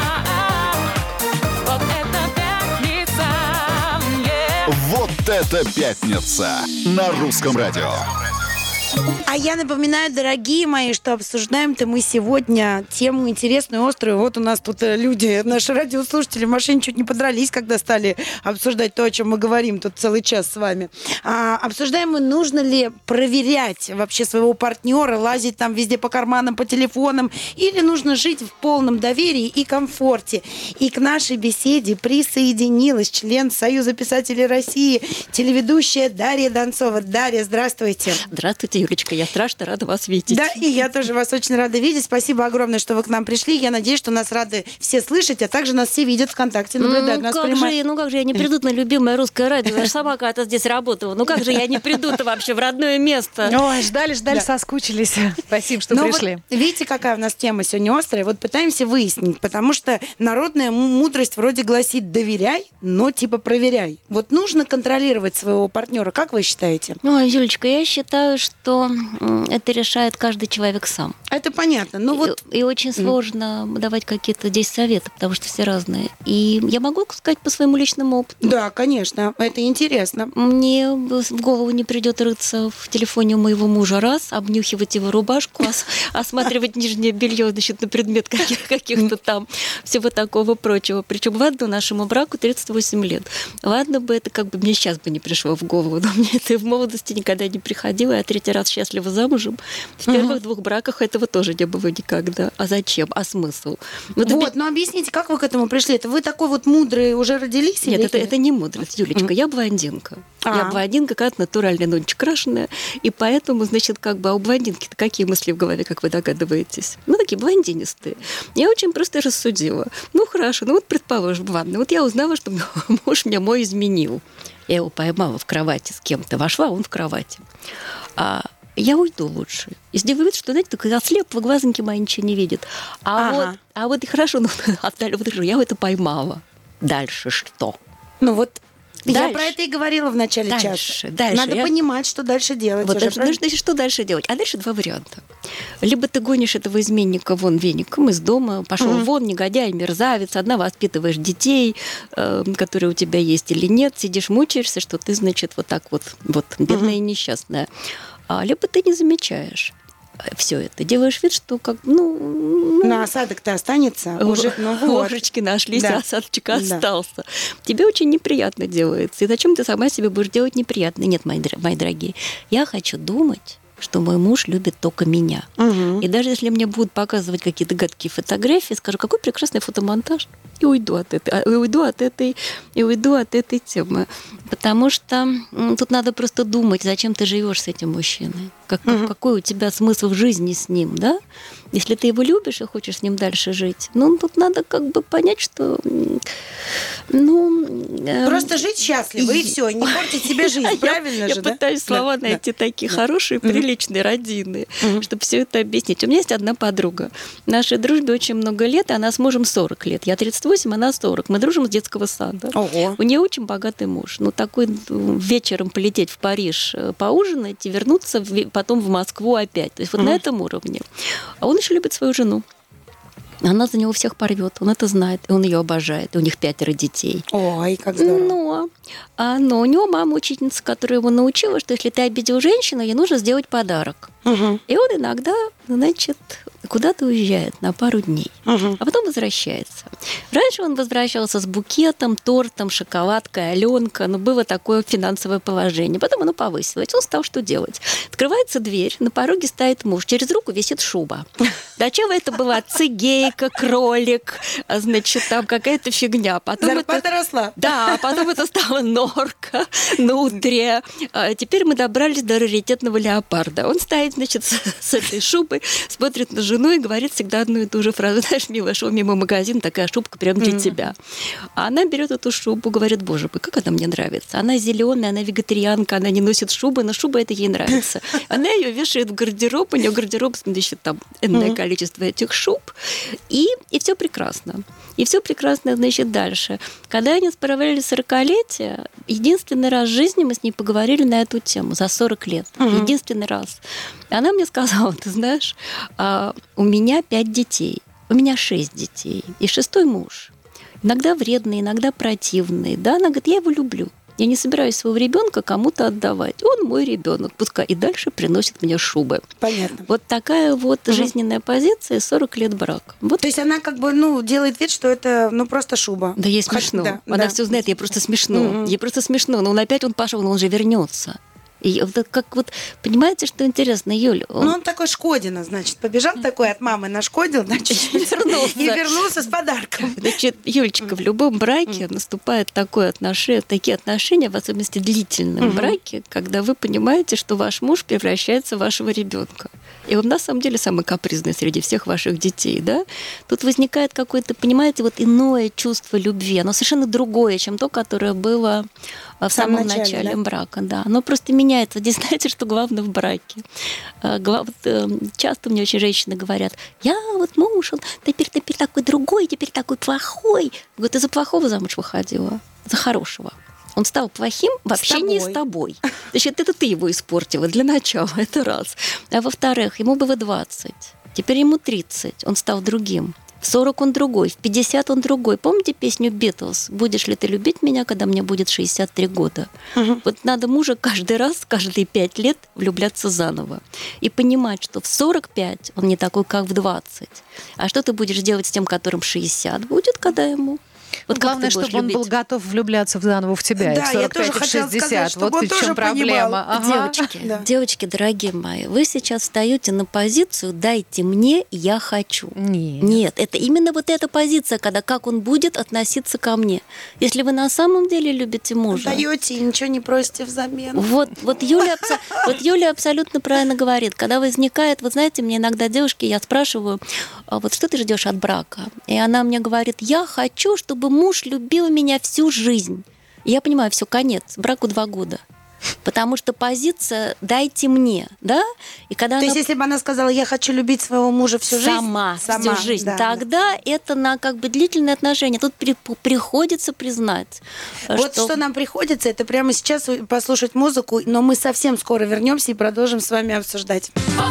Вот это пятница. Yeah. Вот это пятница на русском радио. А я напоминаю, дорогие мои, что обсуждаем-то мы сегодня тему интересную, острую. Вот у нас тут э, люди, наши радиослушатели в машине чуть не подрались, когда стали обсуждать то, о чем мы говорим тут целый час с вами. А, обсуждаем мы, нужно ли проверять вообще своего партнера, лазить там везде по карманам, по телефонам, или нужно жить в полном доверии и комфорте. И к нашей беседе присоединилась член Союза писателей России, телеведущая Дарья Донцова. Дарья, здравствуйте. Здравствуйте, Юлечка, я страшно рада вас видеть. Да, и я тоже вас очень рада видеть. Спасибо огромное, что вы к нам пришли. Я надеюсь, что нас рады все слышать, а также нас все видят ВКонтакте, наблюдают. Ну нас как, принимают. же, ну как же я не приду на любимое русское радио? Я же сама когда-то здесь работала. Ну как же я не приду-то вообще в родное место? Ой, ждали, ждали, Да. соскучились. Спасибо, что Но пришли. вот видите, какая у нас тема сегодня острая? Вот пытаемся выяснить, потому что народная му- мудрость вроде гласит «доверяй, но типа проверяй». Вот нужно контролировать своего партнера, как вы считаете? Ой, Юлечка, я считаю, что м, это решает каждый человек сам. Это понятно. Ну вот И, и очень сложно давать какие-то здесь советы, потому что все разные. И я могу сказать по своему личному опыту. да, конечно, это интересно. Мне в голову не придет рыться в телефоне у моего мужа раз, обнюхивать его рубашку, ос- осматривать нижнее белье, значит, на предмет каких- каких-то там всего такого прочего. Причем ладно, нашему браку тридцать восемь лет. Ладно бы это как бы мне сейчас бы не пришло в голову, но мне это и в молодости никогда не приходило. Я третий раз счастлива замужем. В первых двух браках этого тоже не было никогда. А зачем? А смысл? Ну, ты Вот, ну объясните, как вы к этому пришли? Это вы такой вот мудрый уже родились? Нет, или- это, это не мудрость, Юлечка. Я блондинка. А. Я блондинка, как натуральная, но очень крашеная. И поэтому, значит, как бы, а у блондинки-то какие мысли в голове, как вы догадываетесь? Ну, такие блондинистые. Я очень просто рассудила. Ну, хорошо, ну вот, предположим, ладно. Вот я узнала, что муж меня мой изменил. Я его поймала в кровати с кем-то. Вошла, он в кровати. А я уйду лучше. И сделаю вид, что, знаете, такой ослеп, глазоньки мои ничего не видят. А, Ага. вот, а вот и хорошо, ну, отдали, вот, я это поймала. Дальше что? Ну вот, я Дальше. про это и говорила в начале Дальше, часа. дальше. Надо Я- понимать, что дальше делать. Вот уже, дальше, правильно? значит, что дальше делать? А дальше два варианта. Либо ты гонишь этого изменника вон веником из дома, пошел вон, негодяй, мерзавец, одна воспитываешь детей, э, которые у тебя есть или нет, сидишь, мучаешься, что ты, значит, вот так вот, вот бедная и несчастная. А, либо ты не замечаешь все это, делаешь вид, что как, ну... ну, Но осадок-то останется. Уже, ну вот. Ложечки нашлись, Да. а осадочек Да. остался. Тебе очень неприятно делается. И зачем ты сама себе будешь делать неприятно? Нет, мои, дор- мои дорогие, я хочу думать, что мой муж любит только меня. Мгм. И даже если мне будут показывать какие-то гадкие фотографии, скажу, какой прекрасный фотомонтаж, и уйду от этой, а, и уйду от этой, и уйду от этой темы. Потому что м, тут надо просто думать, зачем ты живешь с этим мужчиной. Как, как- какой у тебя смысл в жизни с ним, да? Если ты его любишь и хочешь с ним дальше жить, ну, тут надо как бы понять, что... м, Ну, эм, Просто жить счастливо, и все, не портить себе жизнь, я- правильно я же, да? пытаюсь слова Да, найти такие хорошие, Мгм. приличные, родины, Мгм. чтобы все это объяснить. У меня есть одна подруга. Нашей дружбе очень много лет, и она с мужем сорок лет. Я тридцать восемь, она сорок. Мы дружим с детского сада. да. Ого. У нее очень богатый муж. Ну, такой ну, вечером полететь в Париж, э, поужинать и вернуться в- потом в Москву опять. То есть вот Мгм. на этом уровне. А он еще любит свою жену. Она за него всех порвет, он это знает, и он ее обожает. И у них пятеро детей. Ой, как здорово. Но, а, но у него мама учительница, которая его научила, что если ты обидел женщину, ей нужно сделать подарок. Мгм. И он иногда, значит, куда-то уезжает на пару дней, Мгм. а потом возвращается. Раньше он возвращался с букетом, тортом, шоколадкой, Аленка, но было такое финансовое положение. Потом оно повысилось. Он стал что делать? Открывается дверь, на пороге стоит муж, через руку висит шуба. До чего это была цигейка, кролик, а, значит, там какая-то фигня. Потом это... Зарплата росла. Да, а потом это стало норка, нутрия. А теперь мы добрались до раритетного леопарда. Он стоит, значит, с, с этой шубой, смотрит на жену и говорит всегда одну и ту же фразу. Знаешь, милая, шел мимо магазина, такая шубка прям для тебя. А она берет эту шубу, говорит, боже мой, как она мне нравится. Она зеленая, она вегетарианка, она не носит шубы, но шуба это ей нравится. Она ее вешает в гардероб, у нее гардероб, значит, там энное количество этих шуб, и, и все прекрасно. И все прекрасно, значит, дальше. Когда они справляли сорокалетие, единственный раз в жизни мы с ней поговорили на эту тему за сорок лет. Мгм. Единственный раз. И она мне сказала, ты знаешь, а, у меня пять детей, у меня шесть детей, и шестой муж. Иногда вредный, иногда противный. Да, она говорит, я его люблю. Я не собираюсь своего ребенка кому-то отдавать. Он мой ребенок, пускай и дальше приносит мне шубы. Понятно. Вот такая вот Мгм. жизненная позиция, сорок лет брака. Вот. То есть она как бы, ну, делает вид, что это, ну, просто шуба. Да ей Хоть- смешно. да, Она да. все знает, ей просто смешно. Мгм. Ей просто смешно. Но он опять он пошел, но он же вернется. И вот это как вот, понимаете, что интересно, Юля? Он- Ну, он такой Шкодина, значит, побежал такой от мамы нашкодил, да, чуть-чуть, Вернулся. и вернулся с подарком. Значит, Юлечка, в любом браке наступает такое отношение, такие отношения, в особенности длительном Мгм. браке, когда вы понимаете, что ваш муж превращается в вашего ребенка. И он на самом деле самый капризный среди всех ваших детей, да? Тут возникает какое-то, понимаете, вот иное чувство любви. Оно совершенно другое, чем то, которое было в В самом самом начале, начале да? брака, да. Оно просто меняется. Здесь знаете, что главное в браке? А, гла- вот, э, Часто мне очень женщины говорят, я вот муж, он теперь, теперь такой другой, теперь такой плохой. Говорю, ты за плохого замуж выходила? За хорошего. Он стал плохим в С общении тобой. с тобой. Значит, это ты его испортила для начала, это раз. А во-вторых, ему было двадцать. Теперь ему тридцать, он стал другим. В сорок он другой, в пятьдесят он другой. Помните песню «Битлз»? «Будешь ли ты любить меня, когда мне будет шестьдесят три года?» Мгм. Вот надо мужа каждый раз, каждые пять лет влюбляться заново. И понимать, что в сорок пять он не такой, как в двадцать. А что ты будешь делать с тем, которым шестьдесят будет, когда ему? Вот как Главное, ты будешь чтобы он был любить? готов влюбляться в заново в тебя. Да, и в я сорок пять, тоже и в хотела шестьдесят. сказать, чтобы Вот он и в тоже чем проблема. понимал. Ага. Девочки, Да. девочки, дорогие мои, вы сейчас встаете на позицию «дайте мне, я хочу». Нет. Нет, это именно вот эта позиция, когда как он будет относиться ко мне. Если вы на самом деле любите мужа, Даете и ничего не просите взамен. вот, вот, Юля, абсо- вот Юля абсолютно правильно говорит. Когда возникает, вот знаете, мне иногда девушки, я спрашиваю, а вот что ты ждешь от брака? И она мне говорит, я хочу, чтобы муж любил меня всю жизнь. И я понимаю, все, конец, браку два года. Потому что позиция «дайте мне», да? И когда То она есть, если бы она сказала, я хочу любить своего мужа всю жизнь. сама, сама, всю жизнь, да, тогда это на как бы длительные отношения. Тут при- приходится признать, Вот что... нам приходится, это прямо сейчас послушать музыку, но мы совсем скоро вернемся и продолжим с вами обсуждать. Вот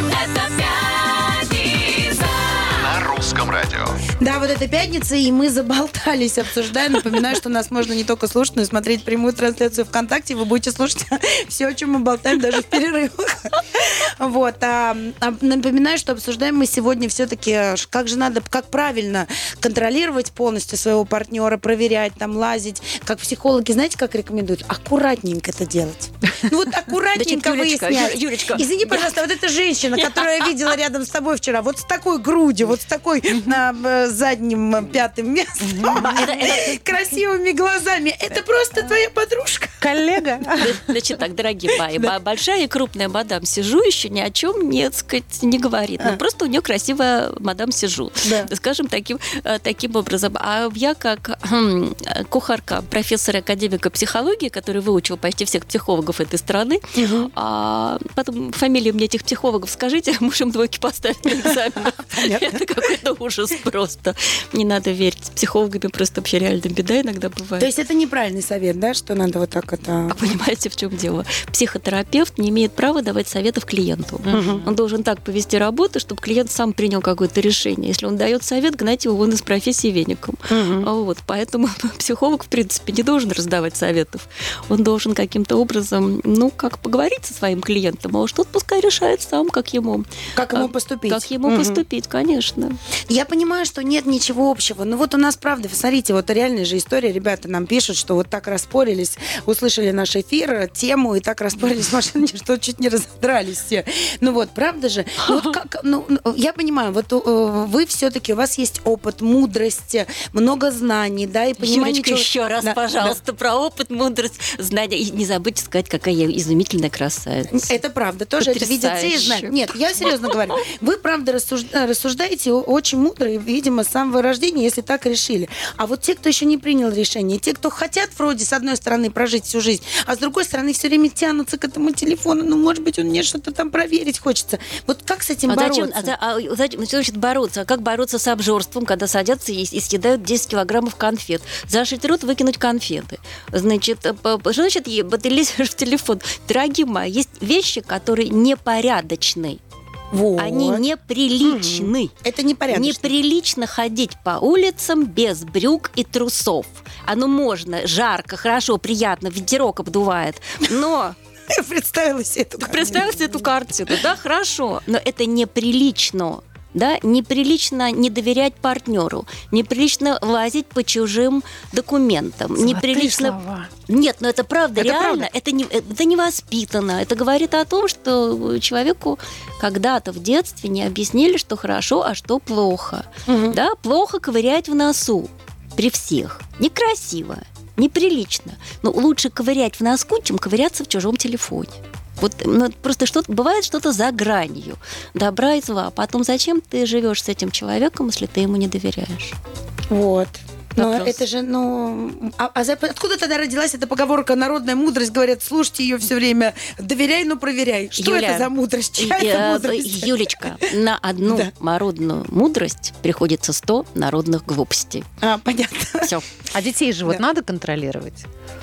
это пятница. На русском радио. Да, вот это пятница, и мы заболтались, обсуждая. Напоминаю, что нас можно не только слушать, но и смотреть прямую трансляцию ВКонтакте. Вы будете слушать все, о чем мы болтаем, даже в перерывах. Вот. А, а напоминаю, что обсуждаем мы сегодня все-таки, как же надо, как правильно контролировать полностью своего партнера, проверять, там, лазить. Как психологи, знаете, как рекомендуют? Аккуратненько это делать. Ну вот аккуратненько Значит, Юлечка, выяснять. Ю- Юлечка. Извини, пожалуйста, вот эта женщина, которую я видела рядом с тобой вчера, вот с такой грудью, вот с такой а, э, задним э, пятым местом, красивыми глазами, это просто твоя подружка. Коллега. Значит так, дорогие мои, б- большая и крупная мадам Сижу еще ни о чем не, сказать, не говорит. Ну, просто у нее красивая мадам Сижу. Да. Скажем таким, э, таким образом. А я как хм, кухарка, профессора академика психологии, который выучил почти всех психологов этой страны, а потом фамилии мне этих психологов скажите, муж им двойки поставить на экзаменах. Это какой-то ужас просто. Не надо верить. С психологами просто вообще реально беда иногда бывает. То есть это неправильный совет, да, что надо вот так это... А понимаете, в чем дело? Психотерапевт не имеет права давать советов клиенту. Он должен так повести работу, чтобы клиент сам принял какое-то решение. Если он дает совет, гнать его вон из профессии веником. А Вот, поэтому психолог, в принципе, не должен раздавать советов. Он должен каким-то образом, ну, как поговорить со своим клиентом, а уж тот пускай решает сам, как ему, Как ему а, поступить. как ему Мгм. поступить, конечно. Я понимаю, что нет ничего общего. Но вот у нас, правда, смотрите, вот реальная же история. Ребята нам пишут, что вот так распорились, услышали наш эфир, тему, и так распорились в машине, что чуть не разодрались все. Ну вот, правда же? Ну, вот как, ну, ну, я понимаю, вот э, вы все-таки, у вас есть опыт, мудрость, много знаний, да, и понимание... Юлечка, чего- еще раз, Да, пожалуйста, про опыт, мудрость, знания. И не забудьте сказать, какая я изумительная красавица. Это правда, тоже это видят все и знают. Потрясающе. Нет, я серьезно говорю. Вы, правда, рассужда- рассуждаете о- очень мудро, и, видимо, с самого рождения, если так решили. А вот те, кто еще не принял решение, те, кто хотят вроде с одной стороны прожить всю жизнь, а с другой стороны все время тянутся к этому телефону, ну, может быть, он мне что-то там проверить хочется. Вот как с этим А бороться? зачем, а, за- а зачем- ну, что значит бороться? А как бороться с обжорством, когда садятся и, и съедают десять килограммов конфет? Зашить рот, выкинуть конфеты. Значит, э, п- п- что значит, е- ты лезешь в телефон? Дорогие мои, есть вещи, которые непорядочны. Вот. Они неприличны. Это непорядочно. Неприлично ходить по улицам без брюк и трусов. Оно можно, жарко, хорошо, приятно, ветерок обдувает, но... Я представила себе эту картину. Представьте эту картину, да, хорошо, но это неприлично. Да, неприлично не доверять партнеру, неприлично лазить по чужим документам, Золотые неприлично. слова. Нет, но это правда, Это реально, правда. это не, это невоспитанно. Это говорит о том, что человеку когда-то в детстве не объяснили, что хорошо, а что плохо. Мгм. Да, плохо ковырять в носу при всех, некрасиво, неприлично. Но лучше ковырять в носу, чем ковыряться в чужом телефоне. Вот ну, просто что-то бывает что-то за гранью добра и зла. Потом зачем ты живешь с этим человеком, если ты ему не доверяешь? Вот. Но Вопрос. это же, ну... А, а за- откуда тогда родилась эта поговорка «народная мудрость»? Говорят, слушайте ее все время. Доверяй, но проверяй. Что Юля, это за мудрость? Чья И, это э, мудрость? Юлечка, на одну Да. народную мудрость приходится сто народных глупостей. А, понятно. Все. А детей же вот Да. надо контролировать?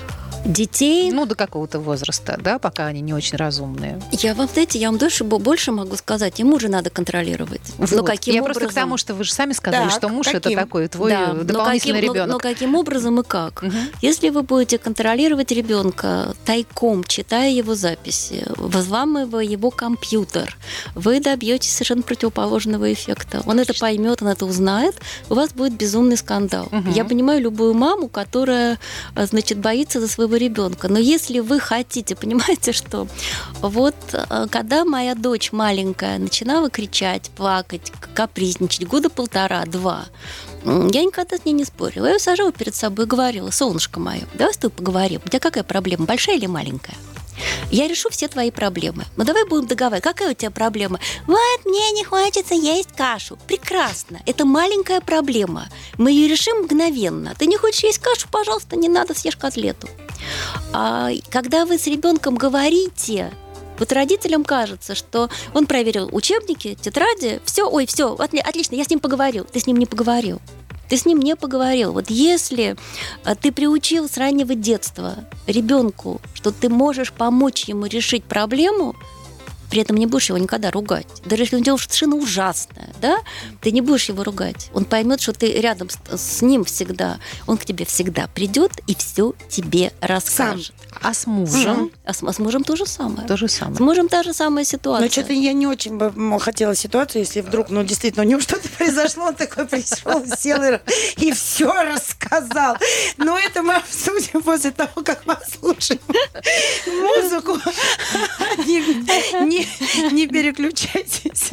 Детей... Ну, до какого-то возраста, да, пока они не очень разумные. Я вам, знаете, я вам дольше, больше могу сказать. Ему же надо контролировать. Вот. Но каким я образом? просто к тому, что вы же сами сказали, Так, что муж каким? это такой твой Да, дополнительный но каким, ребенок. Но, но каким образом и как? Угу. Если вы будете контролировать ребенка тайком, читая его записи, взламывая его компьютер, вы добьетесь совершенно противоположного эффекта. Он это поймет, он это узнает, у вас будет безумный скандал. Угу. Я понимаю любую маму, которая, значит, боится за своего ребенка. Но если вы хотите, понимаете, что вот когда моя дочь маленькая начинала кричать, плакать, капризничать, года полтора-два, я никогда с ней не спорила. Я ее сажала перед собой и говорила: солнышко мое, давай с тобой поговорим. У тебя какая проблема, большая или маленькая? Я решу все твои проблемы. Ну, давай будем договаривать. Какая у тебя проблема? Вот, мне не хочется есть кашу. Прекрасно. Это маленькая проблема. Мы ее решим мгновенно. Ты не хочешь есть кашу? Пожалуйста, не надо, съешь котлету. А когда вы с ребенком говорите, вот родителям кажется, что он проверил учебники, тетради, все, ой, все, отлично, я с ним поговорил. Ты с ним не поговорил. Ты с ним не поговорил. Вот если ты приучил с раннего детства ребенку, что ты можешь помочь ему решить проблему, при этом не будешь его никогда ругать. Даже если он делает что-то совершенно ужасное, да, ты не будешь его ругать. Он поймет, что ты рядом с, с ним всегда. Он к тебе всегда придет и все тебе расскажет. Сам. А с мужем? А с, а с мужем то же самое. То же самое. С мужем та же самая ситуация. Но что-то я не очень бы хотела ситуацию, если вдруг, ну, действительно, у него что-то произошло, он такой пришел, сел и, и все рассказал. Но это мы обсудим после того, как послушаем музыку. Не, не, не переключайтесь.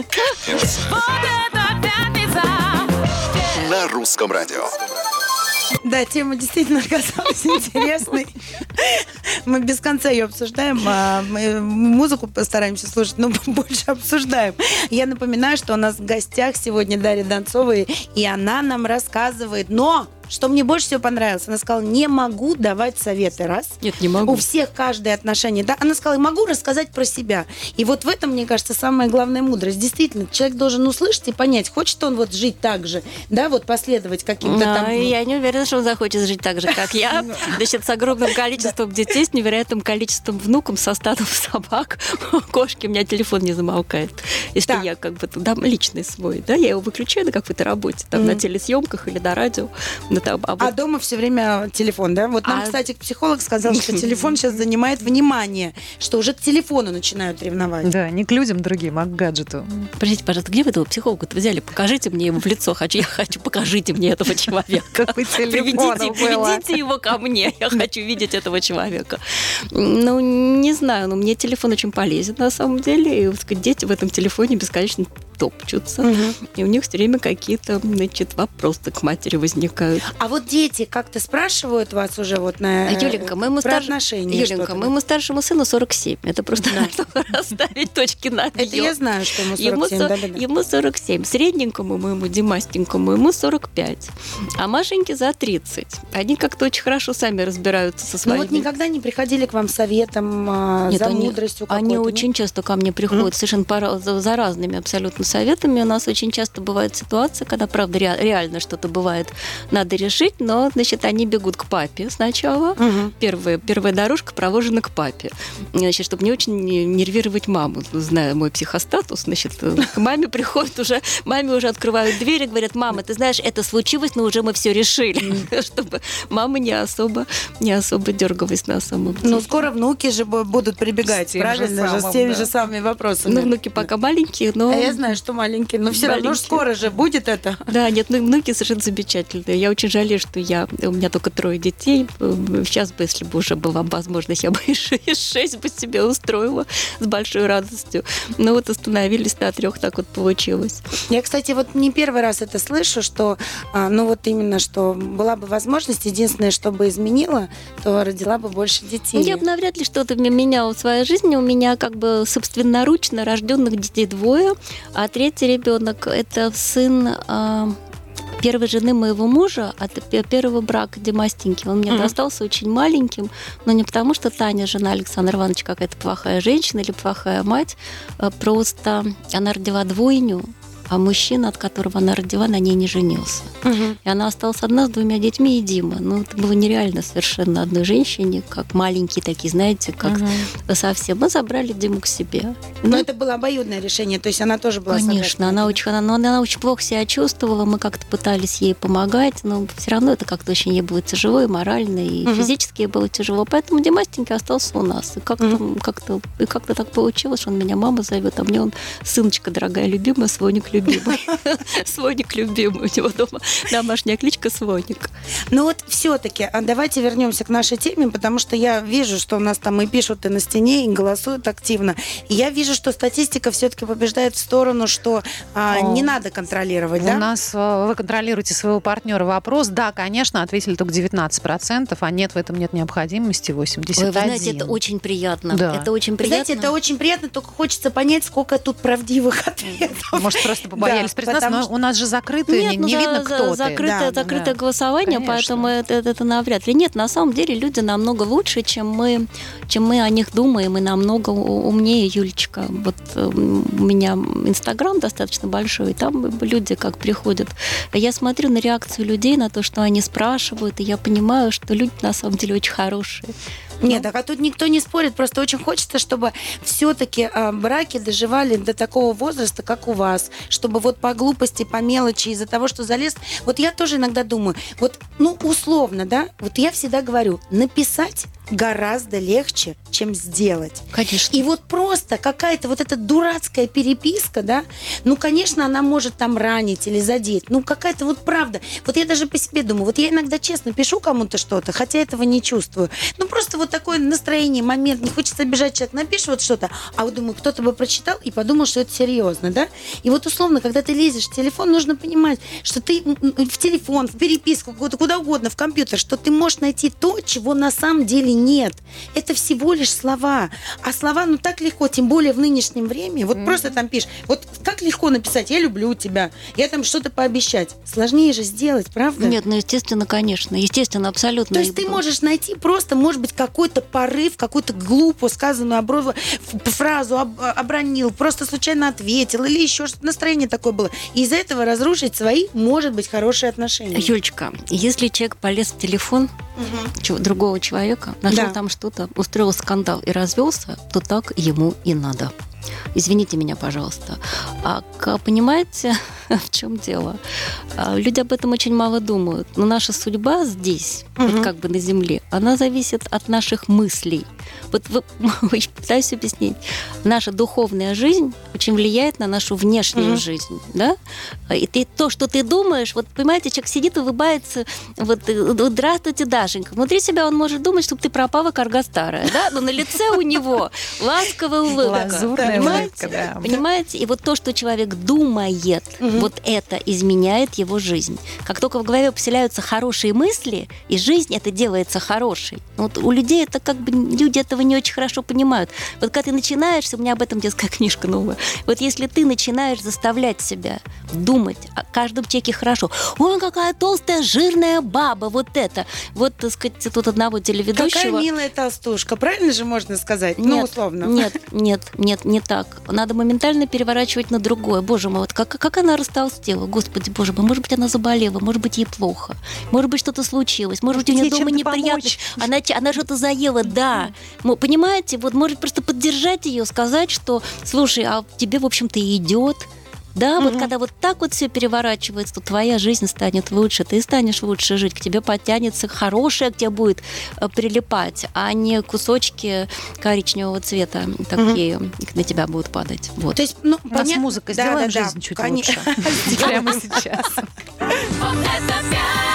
На русском радио. Да, тема действительно оказалась интересной. Мы без конца ее обсуждаем, а мы музыку постараемся слушать, но больше обсуждаем. Я напоминаю, что у нас в гостях сегодня Дарья Донцова, и она нам рассказывает, но... Что мне больше всего понравилось, она сказала: не могу давать советы, раз. Нет, не могу. У всех каждое отношение. Да? Она сказала: могу рассказать про себя. И вот в этом, мне кажется, самая главная мудрость. Действительно, человек должен услышать и понять, хочет он вот жить так же, да, вот последовать каким-то Но там... я не уверена, что он захочет жить так же, как я. Значит, с огромным количеством детей, с невероятным количеством внуков, со стадом собак, кошки, у меня телефон не замолкает. Если Так. я как бы туда личный свой, да, я его выключаю на какой-то работе, там, на телесъемках или на радио. Ну, там, а вот- А дома все время телефон, да? Вот нам, А- кстати, психолог сказал, что телефон сейчас занимает внимание, что уже к телефону начинают ревновать. Да, не к людям другим, а к гаджету. Простите, пожалуйста, где вы этого психолога-то взяли? Покажите мне его в лицо. Хочу, я хочу, покажите мне этого человека. Какой Приведите, телефон было. приведите его ко мне. Я хочу видеть этого человека. Ну, не знаю, но мне телефон очень полезен на самом деле. И, так сказать, дети в этом телефоне бесконечно топчутся. Мгм. И у них все время какие-то, значит, вопросы к матери возникают. А вот дети как-то спрашивают вас уже вот на Юленька, моему про старш- отношения Юленька, что-то? моему старшему сыну сорок семь. Это просто чтобы расставить точки над Это я знаю, что ему Ему, сорок семь, со- да-да-да. ему сорок семь. Средненькому моему Димастенькому ему сорок пять. А Машеньке за тридцать. Они как-то очень хорошо сами разбираются со Ну своими... вот никогда не приходили к вам советом, а, Нет, за они- мудростью Они какой-то, очень нет? часто ко мне приходят совершенно пора- за, за разными абсолютно советами. У нас очень часто бывает ситуация, когда, правда, ре- реально что-то бывает, надо решить, но, значит, они бегут к папе сначала. Мгм. Первая, первая дорожка проложена к папе. Значит, чтобы не очень не- нервировать маму, зная мой психостатус, значит, к маме приходят уже, маме уже открывают дверь и говорят: мама, ты знаешь, это случилось, но уже мы все решили. Чтобы мама не особо, не особо дергалась на самом деле. Ну, скоро внуки же бу- будут прибегать, С тем же правильно же, с самым, теми да. же самыми вопросами. Ну, внуки пока маленькие, но... А я знаю, что маленькие, но все равно ж Маленькие. скоро же будет это. Да, нет, ну, внуки совершенно замечательные. Я очень жалею, что я, у меня только трое детей. Сейчас бы, если бы уже была возможность, я бы и ше- и шесть бы себе устроила с большой радостью. Но вот остановились на трех, так вот получилось. Я, кстати, вот не первый раз это слышу, что, а, ну вот именно, что была бы возможность, единственное, что бы изменила, то родила бы больше детей. Я бы навряд ли что-то ме- меняла в своей жизни. У меня как бы собственноручно рожденных детей двое, а третий ребенок это сын а, первой жены моего мужа от пе- первого брака Димастеньки. Он мне Мгм. достался очень маленьким, но не потому, что Таня, жена Александра Ивановича, какая-то плохая женщина или плохая мать, а просто она родила двойню, а мужчина, от которого она родила, на ней не женился. Угу. И она осталась одна с двумя детьми и Дима. Ну, это было нереально совершенно одной женщине, как маленькие такие, знаете, как угу. совсем. Мы забрали Диму к себе. Но ну, это было обоюдное решение, то есть она тоже была Конечно, она очень, она, она очень плохо себя чувствовала, мы как-то пытались ей помогать, но все равно это как-то очень ей было тяжело, и морально, и угу. физически ей было тяжело. Поэтому Димастенька остался у нас. И как-то, угу. как-то, и как-то так получилось, что он меня мама зовет, а мне он сыночка дорогая, любимая, Своник любимый. Своник любимый. У него дома домашняя кличка Своник. Ну вот все-таки, давайте вернемся к нашей теме, потому что я вижу, что у нас там и пишут и на стене, и голосуют активно. И я вижу, что статистика все-таки побеждает в сторону, что а, не надо контролировать, у да? У нас вы контролируете своего партнера. Вопрос, да, конечно, ответили только девятнадцать процентов, а нет, в этом нет необходимости, восемьдесят один процент. Вы знаете, это очень приятно. Да. Это очень приятно. Знаете, это очень приятно, только хочется понять, сколько тут правдивых ответов. Может, просто побоялись Да, признаться, но что... у нас же закрытое, Нет, не, ну, не за, видно, за, кто закрытое, ты. Да, закрытое да. голосование, Конечно. поэтому это, это, это навряд ли. Нет, на самом деле люди намного лучше, чем мы, чем мы о них думаем, и намного умнее, Юлечка. Вот э, у меня Инстаграм достаточно большой, и там люди как приходят. Я смотрю на реакцию людей, на то, что они спрашивают, и я понимаю, что люди на самом деле очень хорошие. Нет, так а тут никто не спорит, просто очень хочется, чтобы все-таки э, браки доживали до такого возраста, как у вас, чтобы вот по глупости, по мелочи, из-за того, что залез. Вот я тоже иногда думаю, вот, ну, условно, да, вот я всегда говорю, написать гораздо легче, чем сделать. Конечно. И вот просто какая-то вот эта дурацкая переписка, да, ну, конечно, она может там ранить или задеть, ну, какая-то вот правда. Вот я даже по себе думаю, вот я иногда честно пишу кому-то что-то, хотя этого не чувствую. Ну, просто вот такое настроение, момент, не хочется обижать человека, напишешь вот что-то, а вот думаю, кто-то бы прочитал и подумал, что это серьезно, да? И вот условно, когда ты лезешь в телефон, нужно понимать, что ты в телефон, в переписку, куда угодно, в компьютер, что ты можешь найти то, чего на самом деле нет. Это всего лишь слова. А слова, ну, так легко, тем более в нынешнем времени. Вот mm-hmm. просто там пишешь, вот как легко написать, я люблю тебя, я там что-то пообещать. Сложнее же сделать, правда? Нет, ну, естественно, конечно. Естественно, абсолютно. То есть ты можешь найти просто, может быть, какой-то порыв, какую-то глупо сказанную обро... фразу об... обронил, просто случайно ответил, или еще что-то, настроение такое было. И из-за этого разрушить свои, может быть, хорошие отношения. Юлечка, если человек полез в телефон угу. другого человека, нашел да. там что-то, устроил скандал и развелся, то так ему и надо. Извините меня, пожалуйста. А понимаете, в чем дело? Люди об этом очень мало думают. Но наша судьба здесь, угу. вот как бы на земле, она зависит от наших мыслей. Вот вы, пытаюсь объяснить. Наша духовная жизнь очень влияет на нашу внешнюю угу. жизнь, да? И ты, то, что ты думаешь, вот понимаете, человек сидит и улыбается, вот, здравствуйте, Дашенька. Внутри себя он может думать, что ты пропала карга старая, да? Но на лице у него ласковая улыбка. Лазурная понимаете? улыбка, да. Понимаете? И вот то, что человек думает, угу. вот это изменяет его жизнь. Как только в голове поселяются хорошие мысли, и жизнь это делается хорошей. Вот у людей это как бы люди этого не очень хорошо понимают. Вот когда ты начинаешь, у меня об этом детская книжка новая, вот если ты начинаешь заставлять себя думать о каждом человеке хорошо, ой, какая толстая, жирная баба, вот это. Вот, так сказать, тут одного телеведущего... Какая милая толстушка, правильно же можно сказать? Нет, ну, условно. Нет, нет, нет, не так. Надо моментально переворачивать на другое. Боже мой, вот как, как она растолстела? Господи, боже мой, может быть, она заболела, может быть, ей плохо, может быть, что-то случилось, может быть, у нее дома неприятность, она, она что-то заела, да. Понимаете, вот может просто поддержать ее, сказать, что, слушай, а тебе, в общем-то, и идет. Да, угу. вот когда вот так вот все переворачивается, то твоя жизнь станет лучше, ты станешь лучше жить, к тебе подтянется хорошее, к тебе будет прилипать, а не кусочки коричневого цвета такие угу. на тебя будут падать. Вот. То есть, ну, у нас понятно? музыка, да, сделаем да, жизнь да, чуть конечно. лучше. Прямо сейчас. Вот это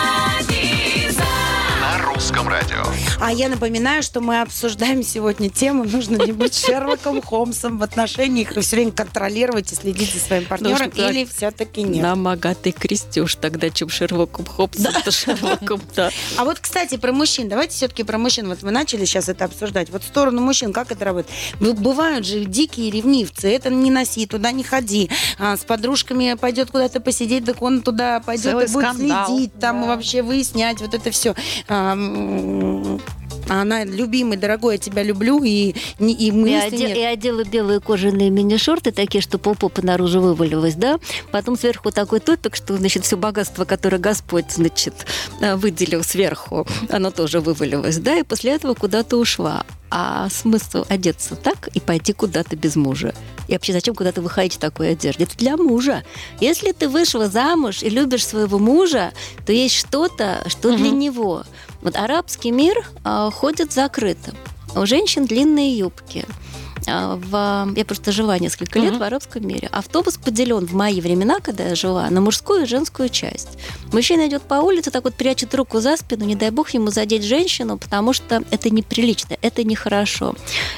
пятница. На русском радио. А я напоминаю, что мы обсуждаем сегодня тему, нужно ли быть Шерлоком Холмсом в отношениях и все время контролировать и следить за своим партнером, Ну, или все-таки нет. Нам агатый крестюш тогда, чем Шерлоком Холмсом, то Шерлоком, да. А вот, кстати, про мужчин. Давайте все-таки про мужчин. Вот мы начали сейчас это обсуждать. Вот в сторону мужчин, как это работает? Бывают же дикие ревнивцы. Это не носи, туда не ходи. А, с подружками пойдет куда-то посидеть, так он туда пойдет Целый и будет скандал. следить, там Да. вообще выяснять вот это все. А, А она, любимый, дорогой, я тебя люблю, и, не- и И, мысли оде- нет. и одела белые кожаные мини-шорты, такие, что полпопы наружу вывалилось, да? Потом сверху такой топик, что, значит, все богатство, которое Господь, значит, э, выделил сверху, оно тоже вывалилось, да? И после этого куда-то ушла. А смысл одеться так и пойти куда-то без мужа? И вообще, зачем куда-то выходить в такой одежде? Это для мужа. Если ты вышла замуж и любишь своего мужа, то есть что-то, что для него. Вот арабский мир а, ходит закрытым. У женщин длинные юбки. А, В, я просто жила несколько лет в арабском мире. Автобус поделен в мои времена, когда я жила, на мужскую и женскую часть. Мужчина идет по улице, так вот прячет руку за спину, не дай бог ему задеть женщину, потому что это неприлично, это нехорошо.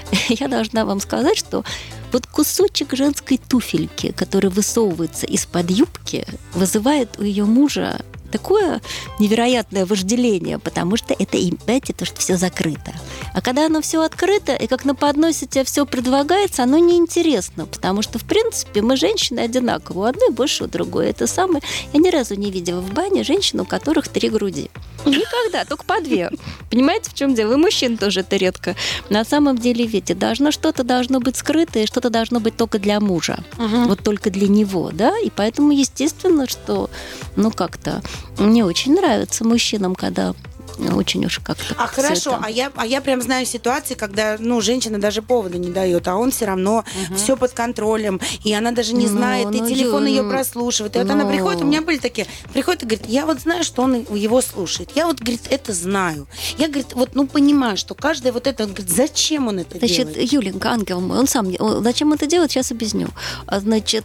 Я должна вам сказать, что вот кусочек женской туфельки, который высовывается из-под юбки, вызывает у ее мужа такое невероятное вожделение, потому что это, им, знаете, то, что все закрыто. А когда оно все открыто, и как на подносе тебе все предлагается, оно неинтересно, потому что, в принципе, мы женщины одинаковые, у одной больше, у другой. Это самое... Я ни разу не видела в бане женщин, у которых три груди. Никогда, только по две. Понимаете, в чем дело? И мужчин тоже это редко. На самом деле, видите, должно что-то должно быть скрыто, и что-то должно быть только для мужа. Вот только для него, да? И поэтому, естественно, что, ну, как-то мне очень нравится мужчинам, когда очень уж как-то... А всё хорошо, это- а я, а я прям знаю ситуации, когда, ну, женщина даже повода не дает, а он все равно все под контролем, и она даже не Ну, знает, и ну, телефон Ю- ее прослушивает. И вот она ну. приходит, у меня были такие, приходит и говорит, я вот знаю, что он его слушает. Я вот, говорит, это знаю. Я, говорит, вот, ну, понимаю, что каждое вот это, он говорит, зачем он это Значит, делает? Юленька, ангел мой, он сам... не- он- Зачем он это делает, сейчас объясню. А, Значит,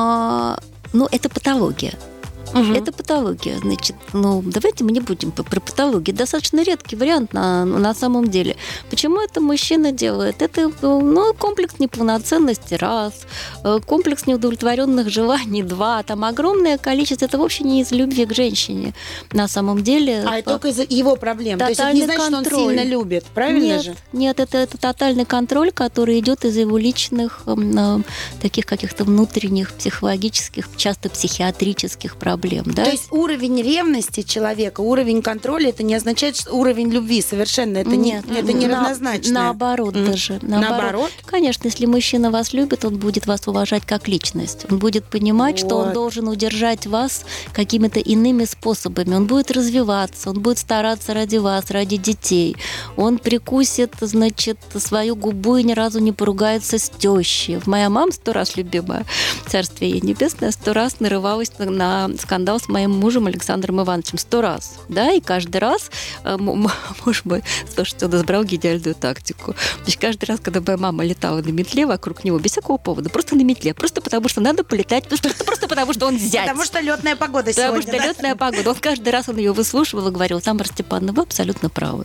а, ну, это патология. Мгм. Это патология. Значит, ну, давайте мы не будем по- про патологию. Достаточно редкий вариант на, на самом деле. Почему это мужчина делает? Это, ну, комплекс неполноценности, раз. э, Комплекс неудовлетворенных желаний, два. Там огромное количество. Это вообще не из любви к женщине. На самом деле... А это только из-за его проблем. То есть это не Тотальный значит, что он контроль. сильно любит, правильно нет, же? Нет, это, это тотальный контроль, который идет из его личных м, э, таких каких-то внутренних психологических, часто психиатрических проблем. Да? То есть уровень ревности человека, уровень контроля, это не означает, что уровень любви совершенно. Это Нет, не, это не на- равнозначно. Наоборот М. даже. Наоборот? Конечно, если мужчина вас любит, он будет вас уважать как личность. Он будет понимать, что он Вот. должен удержать вас какими-то иными способами. Он будет развиваться, он будет стараться ради вас, ради детей. Он прикусит, значит, свою губу и ни разу не поругается с тещей. Моя мама сто раз любимая, царствие ей небесное, сто раз нарывалась на, на скандал с моим мужем Александром Ивановичем. Сто раз. Да, и каждый раз э, м- м- муж мой, слушайте, он избрал гениальную тактику. Значит, каждый раз, когда моя мама летала на метле вокруг него, без всякого повода, просто на метле, просто потому что надо полетать, просто, просто потому что он зять. Потому что летная погода Потому сегодня. что да? летная погода. Он каждый раз он ее выслушивал и говорил: Тамара Степановна, вы абсолютно правы.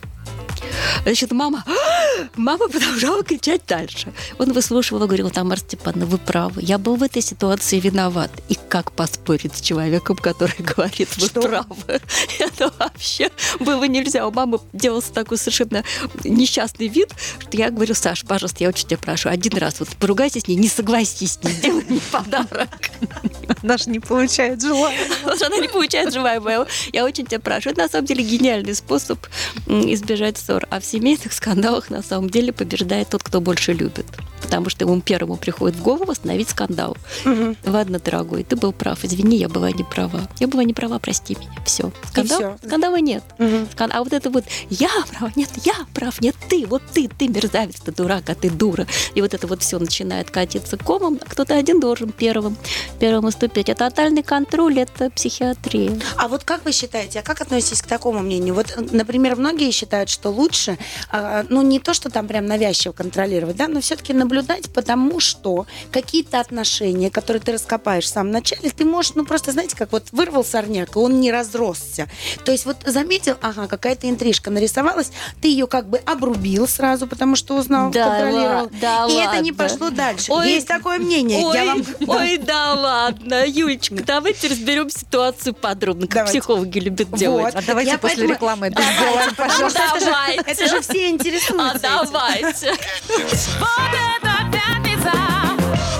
Значит, мама, мама продолжала кричать дальше. Он выслушивал и говорил: Тамара Степановна, вы правы. Я был в этой ситуации виноват. И как поспорить с человеком, который говорит: вы Что? правы? Это вообще было нельзя. У мамы делался такой совершенно несчастный вид, что я говорю: Саш, пожалуйста, я очень тебя прошу, один раз вот поругайся с ней, не согласись с ней, сделай мне подарок. Даже не получает желания. Потому что она не получает желаемое. Я очень тебя прошу. Это на самом деле гениальный способ м, избежать ссор. А в семейных скандалах на самом деле побеждает тот, кто больше любит. Потому что ему первому приходит в голову остановить скандал. Мгм. Ладно, дорогой, ты был прав. Извини, я была не права. Я была не права, прости меня. Все. Скандал? всё. Скандала нет. Мгм. Скан- А вот это вот я прав, нет, я прав, нет, ты, вот ты, ты мерзавец, ты дурак, а ты дура. И вот это вот все начинает катиться комом, а кто-то один должен первым, первым уступить. А тотальный контроль – это психиатрия. А вот как вы считаете, а как относитесь к такому мнению? Вот, например, многие считают, что лучше, а, ну, не то, что там прям навязчиво контролировать, да, но все-таки наблюдать, потому что какие-то отношения, которые ты раскопаешь в самом начале, ты можешь, ну, просто, знаете, как вот вырвал сорняк, и он не разросся. То есть вот заметил, ага, какая-то интрижка нарисовалась, ты ее как бы обрубил сразу, потому что узнал, Да контролировал. ла- да и это не ладно. пошло дальше. Ой, Есть такое мнение. Ой, Я вам... ой, да ладно, Юлечка, давайте разберем ситуацию подробно, как Давайте. психологи любят делать. Вот. А давайте Я после поэтому- рекламы это Давайте, сделаем, потому что пожалуйста. это же- Давайте. Это же все А интересуются этим. давайте. Вот это пятница.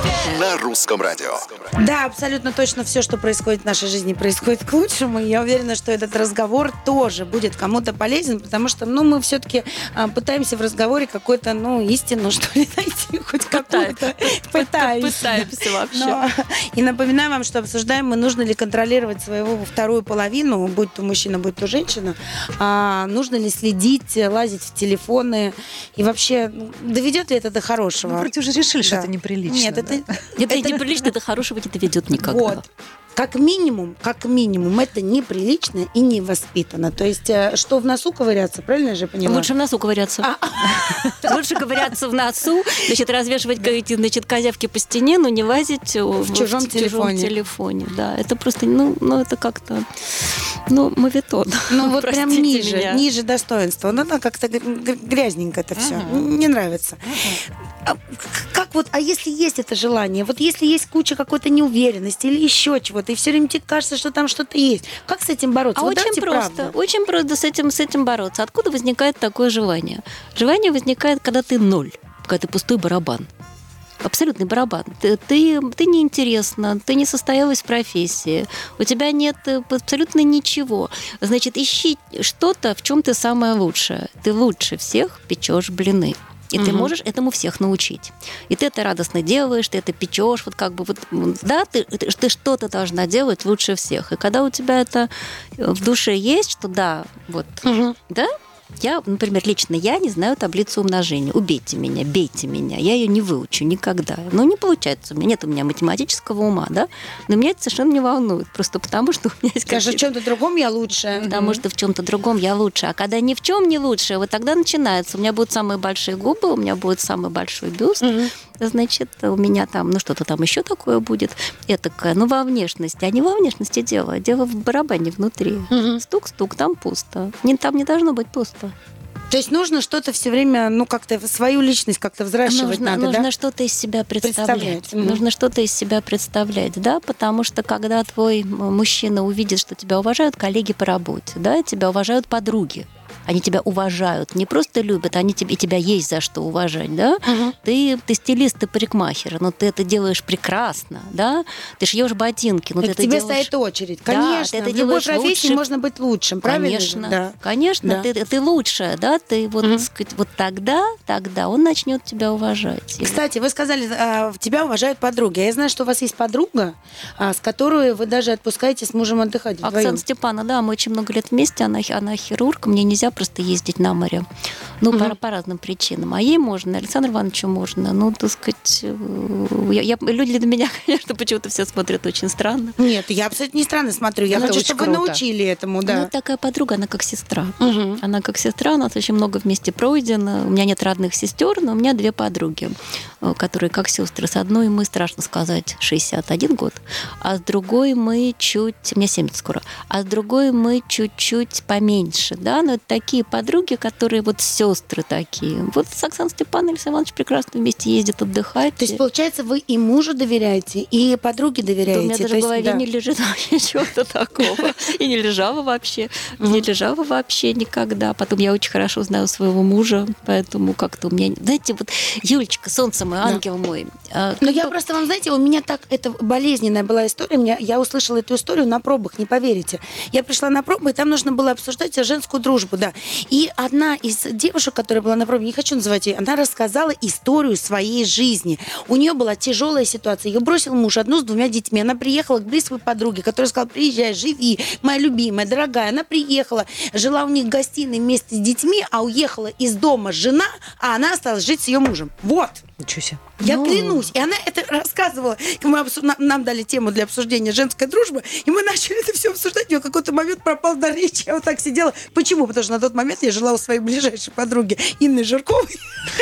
на русском радио. Да, абсолютно точно все, что происходит в нашей жизни, происходит к лучшему. И я уверена, что этот разговор тоже будет кому-то полезен, потому что, ну, мы все-таки а, пытаемся в разговоре какую-то, ну, истину, что ли, найти, хоть какую-то. Пытаемся. Пытаемся вообще. Но, и напоминаю вам, что обсуждаем мы, нужно ли контролировать своего вторую половину, будь то мужчина, будь то женщина, а, нужно ли следить, лазить в телефоны, и вообще, ну, доведет ли это до хорошего? Мы вроде уже решили, что Да. это неприлично. Нет, да? это... Это, это неприлично, это хорошего не доведет никогда. Вот. Как минимум, как минимум, это неприлично и невоспитанно. То есть, э, что в носу ковыряться, правильно я же поняла? Лучше в носу ковыряться. Лучше ковыряться в носу, значит, развешивать эти, значит, козявки по стене, но не лазить в чужом телефоне. телефоне. Да, это просто, ну, ну это как-то, ну, моветон. Ну вот прям Простите ниже, меня. ниже достоинства. Ну, да, как-то г- г- грязненько это все. Не нравится. А, к- как вот, а если есть это желание, вот если есть куча какой-то неуверенности или еще чего-то, и все время тебе кажется, что там что-то есть, как с этим бороться? А Вот очень давайте просто, правду. очень просто с этим, с этим бороться. Откуда возникает такое желание? Желание возникает, когда ты ноль, когда ты пустой барабан. Абсолютный барабан. Ты, ты, ты неинтересна, ты не состоялась в профессии, у тебя нет абсолютно ничего. Значит, ищи что-то, в чем ты самая лучшая. Ты лучше всех печешь блины. И ты можешь этому всех научить. И ты это радостно делаешь, ты это печешь, вот как бы вот, да, ты, ты, ты что-то должна делать лучше всех. И когда у тебя это в душе есть, что да, вот, да, я, например, лично я не знаю таблицу умножения. Убейте меня, бейте меня. Я ее не выучу никогда. Но не получается. У меня нет у меня математического ума, да? Но меня это совершенно не волнует. Просто потому, что у меня есть Скажи, в какие-то... чем-то другом я лучше. Потому что в чем-то другом я лучше. А когда ни в чем не лучше, вот тогда начинается. У меня будут самые большие губы, у меня будет самый большой бюст. Значит, у меня там, ну что-то там еще такое будет. Этакое, ну во внешности. А не во внешности дело. Дело в барабане внутри. Стук-стук, там пусто. Не, там не должно быть пусто. То есть нужно что-то все время, ну, как-то свою личность как-то взращивать нужно, надо, нужно да? что-то из себя представлять. Представлять. Мгм. Нужно что-то из себя представлять, да, потому что когда твой мужчина увидит, что тебя уважают коллеги по работе, да, тебя уважают подруги, они тебя уважают, не просто любят, они тебе, и тебя есть за что уважать, да? Мгм. Ты, ты стилист, ты парикмахер, но ты это делаешь прекрасно, да? Ты шьешь ботинки, но Так ты это тебе делаешь... стоит очередь. Да, Конечно, ты это в любой делаешь профессии лучше. можно быть лучшим, правильно же? Конечно, Да. конечно, Да. Ты, ты лучшая, да, ты вот, Мгм. так сказать, вот тогда, тогда он начнет тебя уважать. И Кстати, вы сказали, а, тебя уважают подруги. А я знаю, что у вас есть подруга, а, с которой вы даже отпускаете с мужем отдыхать вдвоем. Оксана Степана, да, мы очень много лет вместе, она, она хирург, мне нельзя просто ездить на море. Ну, по, по разным причинам. А ей можно, Александру Ивановичу можно. Ну, так сказать, э, я, я- люди на меня, конечно, почему-то все смотрят очень странно. Нет, я абсолютно не странно смотрю. Я Это хочу, очень чтобы круто. вы научили этому, да. Ну, такая подруга, она как сестра. Мгм. Она как сестра, у нас очень много вместе пройдено. У меня нет родных сестер, но у меня две подруги, э, которые как сестры. С одной мы, страшно сказать, шестьдесят один год, а с другой мы чуть... У меня семьдесят скоро. А с другой мы чуть-чуть поменьше, да? Но это такие подруги, которые вот сестры такие. Вот с Оксаной Степановной и Александр Иванович прекрасно вместе ездят отдыхать. То есть, получается, вы и мужу доверяете, и подруге Да, доверяете. у меня То даже в есть, голове да. не лежит вообще чего-то такого. И не лежало вообще. Не лежало вообще никогда. Потом я очень хорошо знаю своего мужа, поэтому как-то у меня... Знаете, вот Юлечка, солнце мой, ангел мой. а, Но как я бы- просто вам, знаете, у меня так, это болезненная была история, меня, я услышала эту историю на пробах, не поверите. Я пришла на пробы, и там нужно было обсуждать женскую дружбу, да. И одна из девушек, которая была на пробе, не хочу называть ее, она рассказала историю своей жизни. У нее была тяжелая ситуация, ее бросил муж, одну с двумя детьми. Она приехала к близкой подруге, которая сказала: приезжай, живи, моя любимая, дорогая. Она приехала, жила у них в гостиной вместе с детьми, а уехала из дома жена, а она осталась жить с ее мужем. Вот. Ничего себе. Я Ну. клянусь. И она это рассказывала. Мы обсу- нам, нам дали тему для обсуждения женской дружбы, и мы начали это все обсуждать. И в какой-то момент пропал дар речи. Я вот так сидела. Почему? Потому что на тот момент я жила у своей ближайшей подруги Инны Жирковой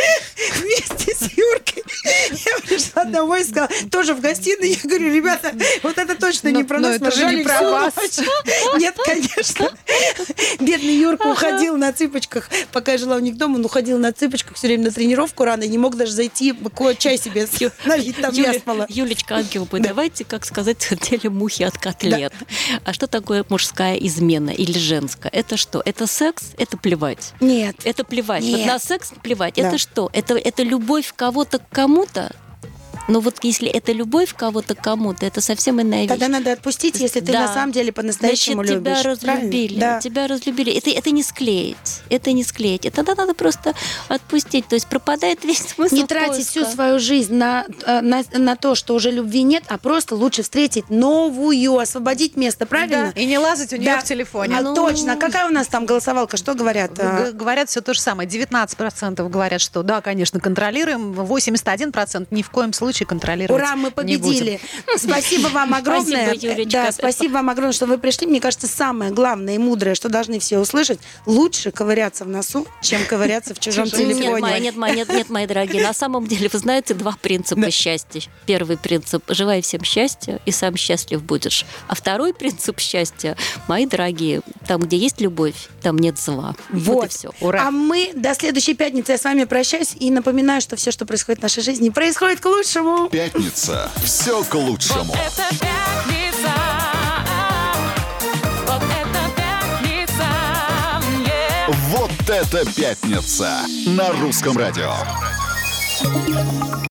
вместе с Юркой. Я пришла домой и сказала, тоже в гостиной. Я говорю: ребята, вот это точно не Но- про но нас. это Мы же не ржали про всю вас. ночь. Нет, конечно. Бедный Юрка уходил на цыпочках. Пока я жила у них дома, он уходил на цыпочках все время на тренировку рано и не мог даже зайти ко- чай себе с- налить, там Юля- я спала. Юлечка, ангел мой, давайте, как сказать, отделим мухи от котлет. А что такое мужская измена или женская? Это что? Это секс? Это плевать. Нет. Это плевать. Нет. Вот на секс плевать. Да. Это что? Это, это любовь кого-то к кому-то? Но вот если это любовь кого-то к кому-то, это совсем иная вещь. Тогда надо отпустить, если ты Да. на самом деле по-настоящему Значит, любишь. тебя Правильно? разлюбили. Да. Тебя разлюбили. Это, это не склеить. Это не склеить. Это тогда надо просто отпустить. То есть пропадает весь смысл Не тратить поиска. всю свою жизнь на, э, на, на то, что уже любви нет, а просто лучше встретить новую, освободить место, правильно? И не лазать у нее Да. в телефоне. А, Ну. Точно. Какая у нас там голосовалка? Что говорят? Г- Говорят все то же самое. девятнадцать процентов говорят, что да, конечно, контролируем. восемьдесят один процент ни в коем случае контролировать Ура, мы не будем. победили. Спасибо вам огромное. Спасибо, Юлечка. Да, спасибо вам огромное, что вы пришли. Мне кажется, самое главное и мудрое, что должны все услышать, лучше ковыряться в носу, чем ковыряться в чужом Нет, Майя, телефоне. нет, Майя, нет, нет, мои дорогие. На самом деле, вы знаете, два принципа счастья. Первый принцип – желай всем счастья, и сам счастлив будешь. А второй принцип счастья, мои дорогие, там, где есть любовь, там нет зла. Вот, Вот. и все. Ура. А мы до следующей пятницы. Я с вами прощаюсь и напоминаю, что все, что происходит в нашей жизни, происходит к лучшему. Пятница. Все к лучшему. Это пятница. Вот это пятница. Yeah. Вот это пятница на русском радио.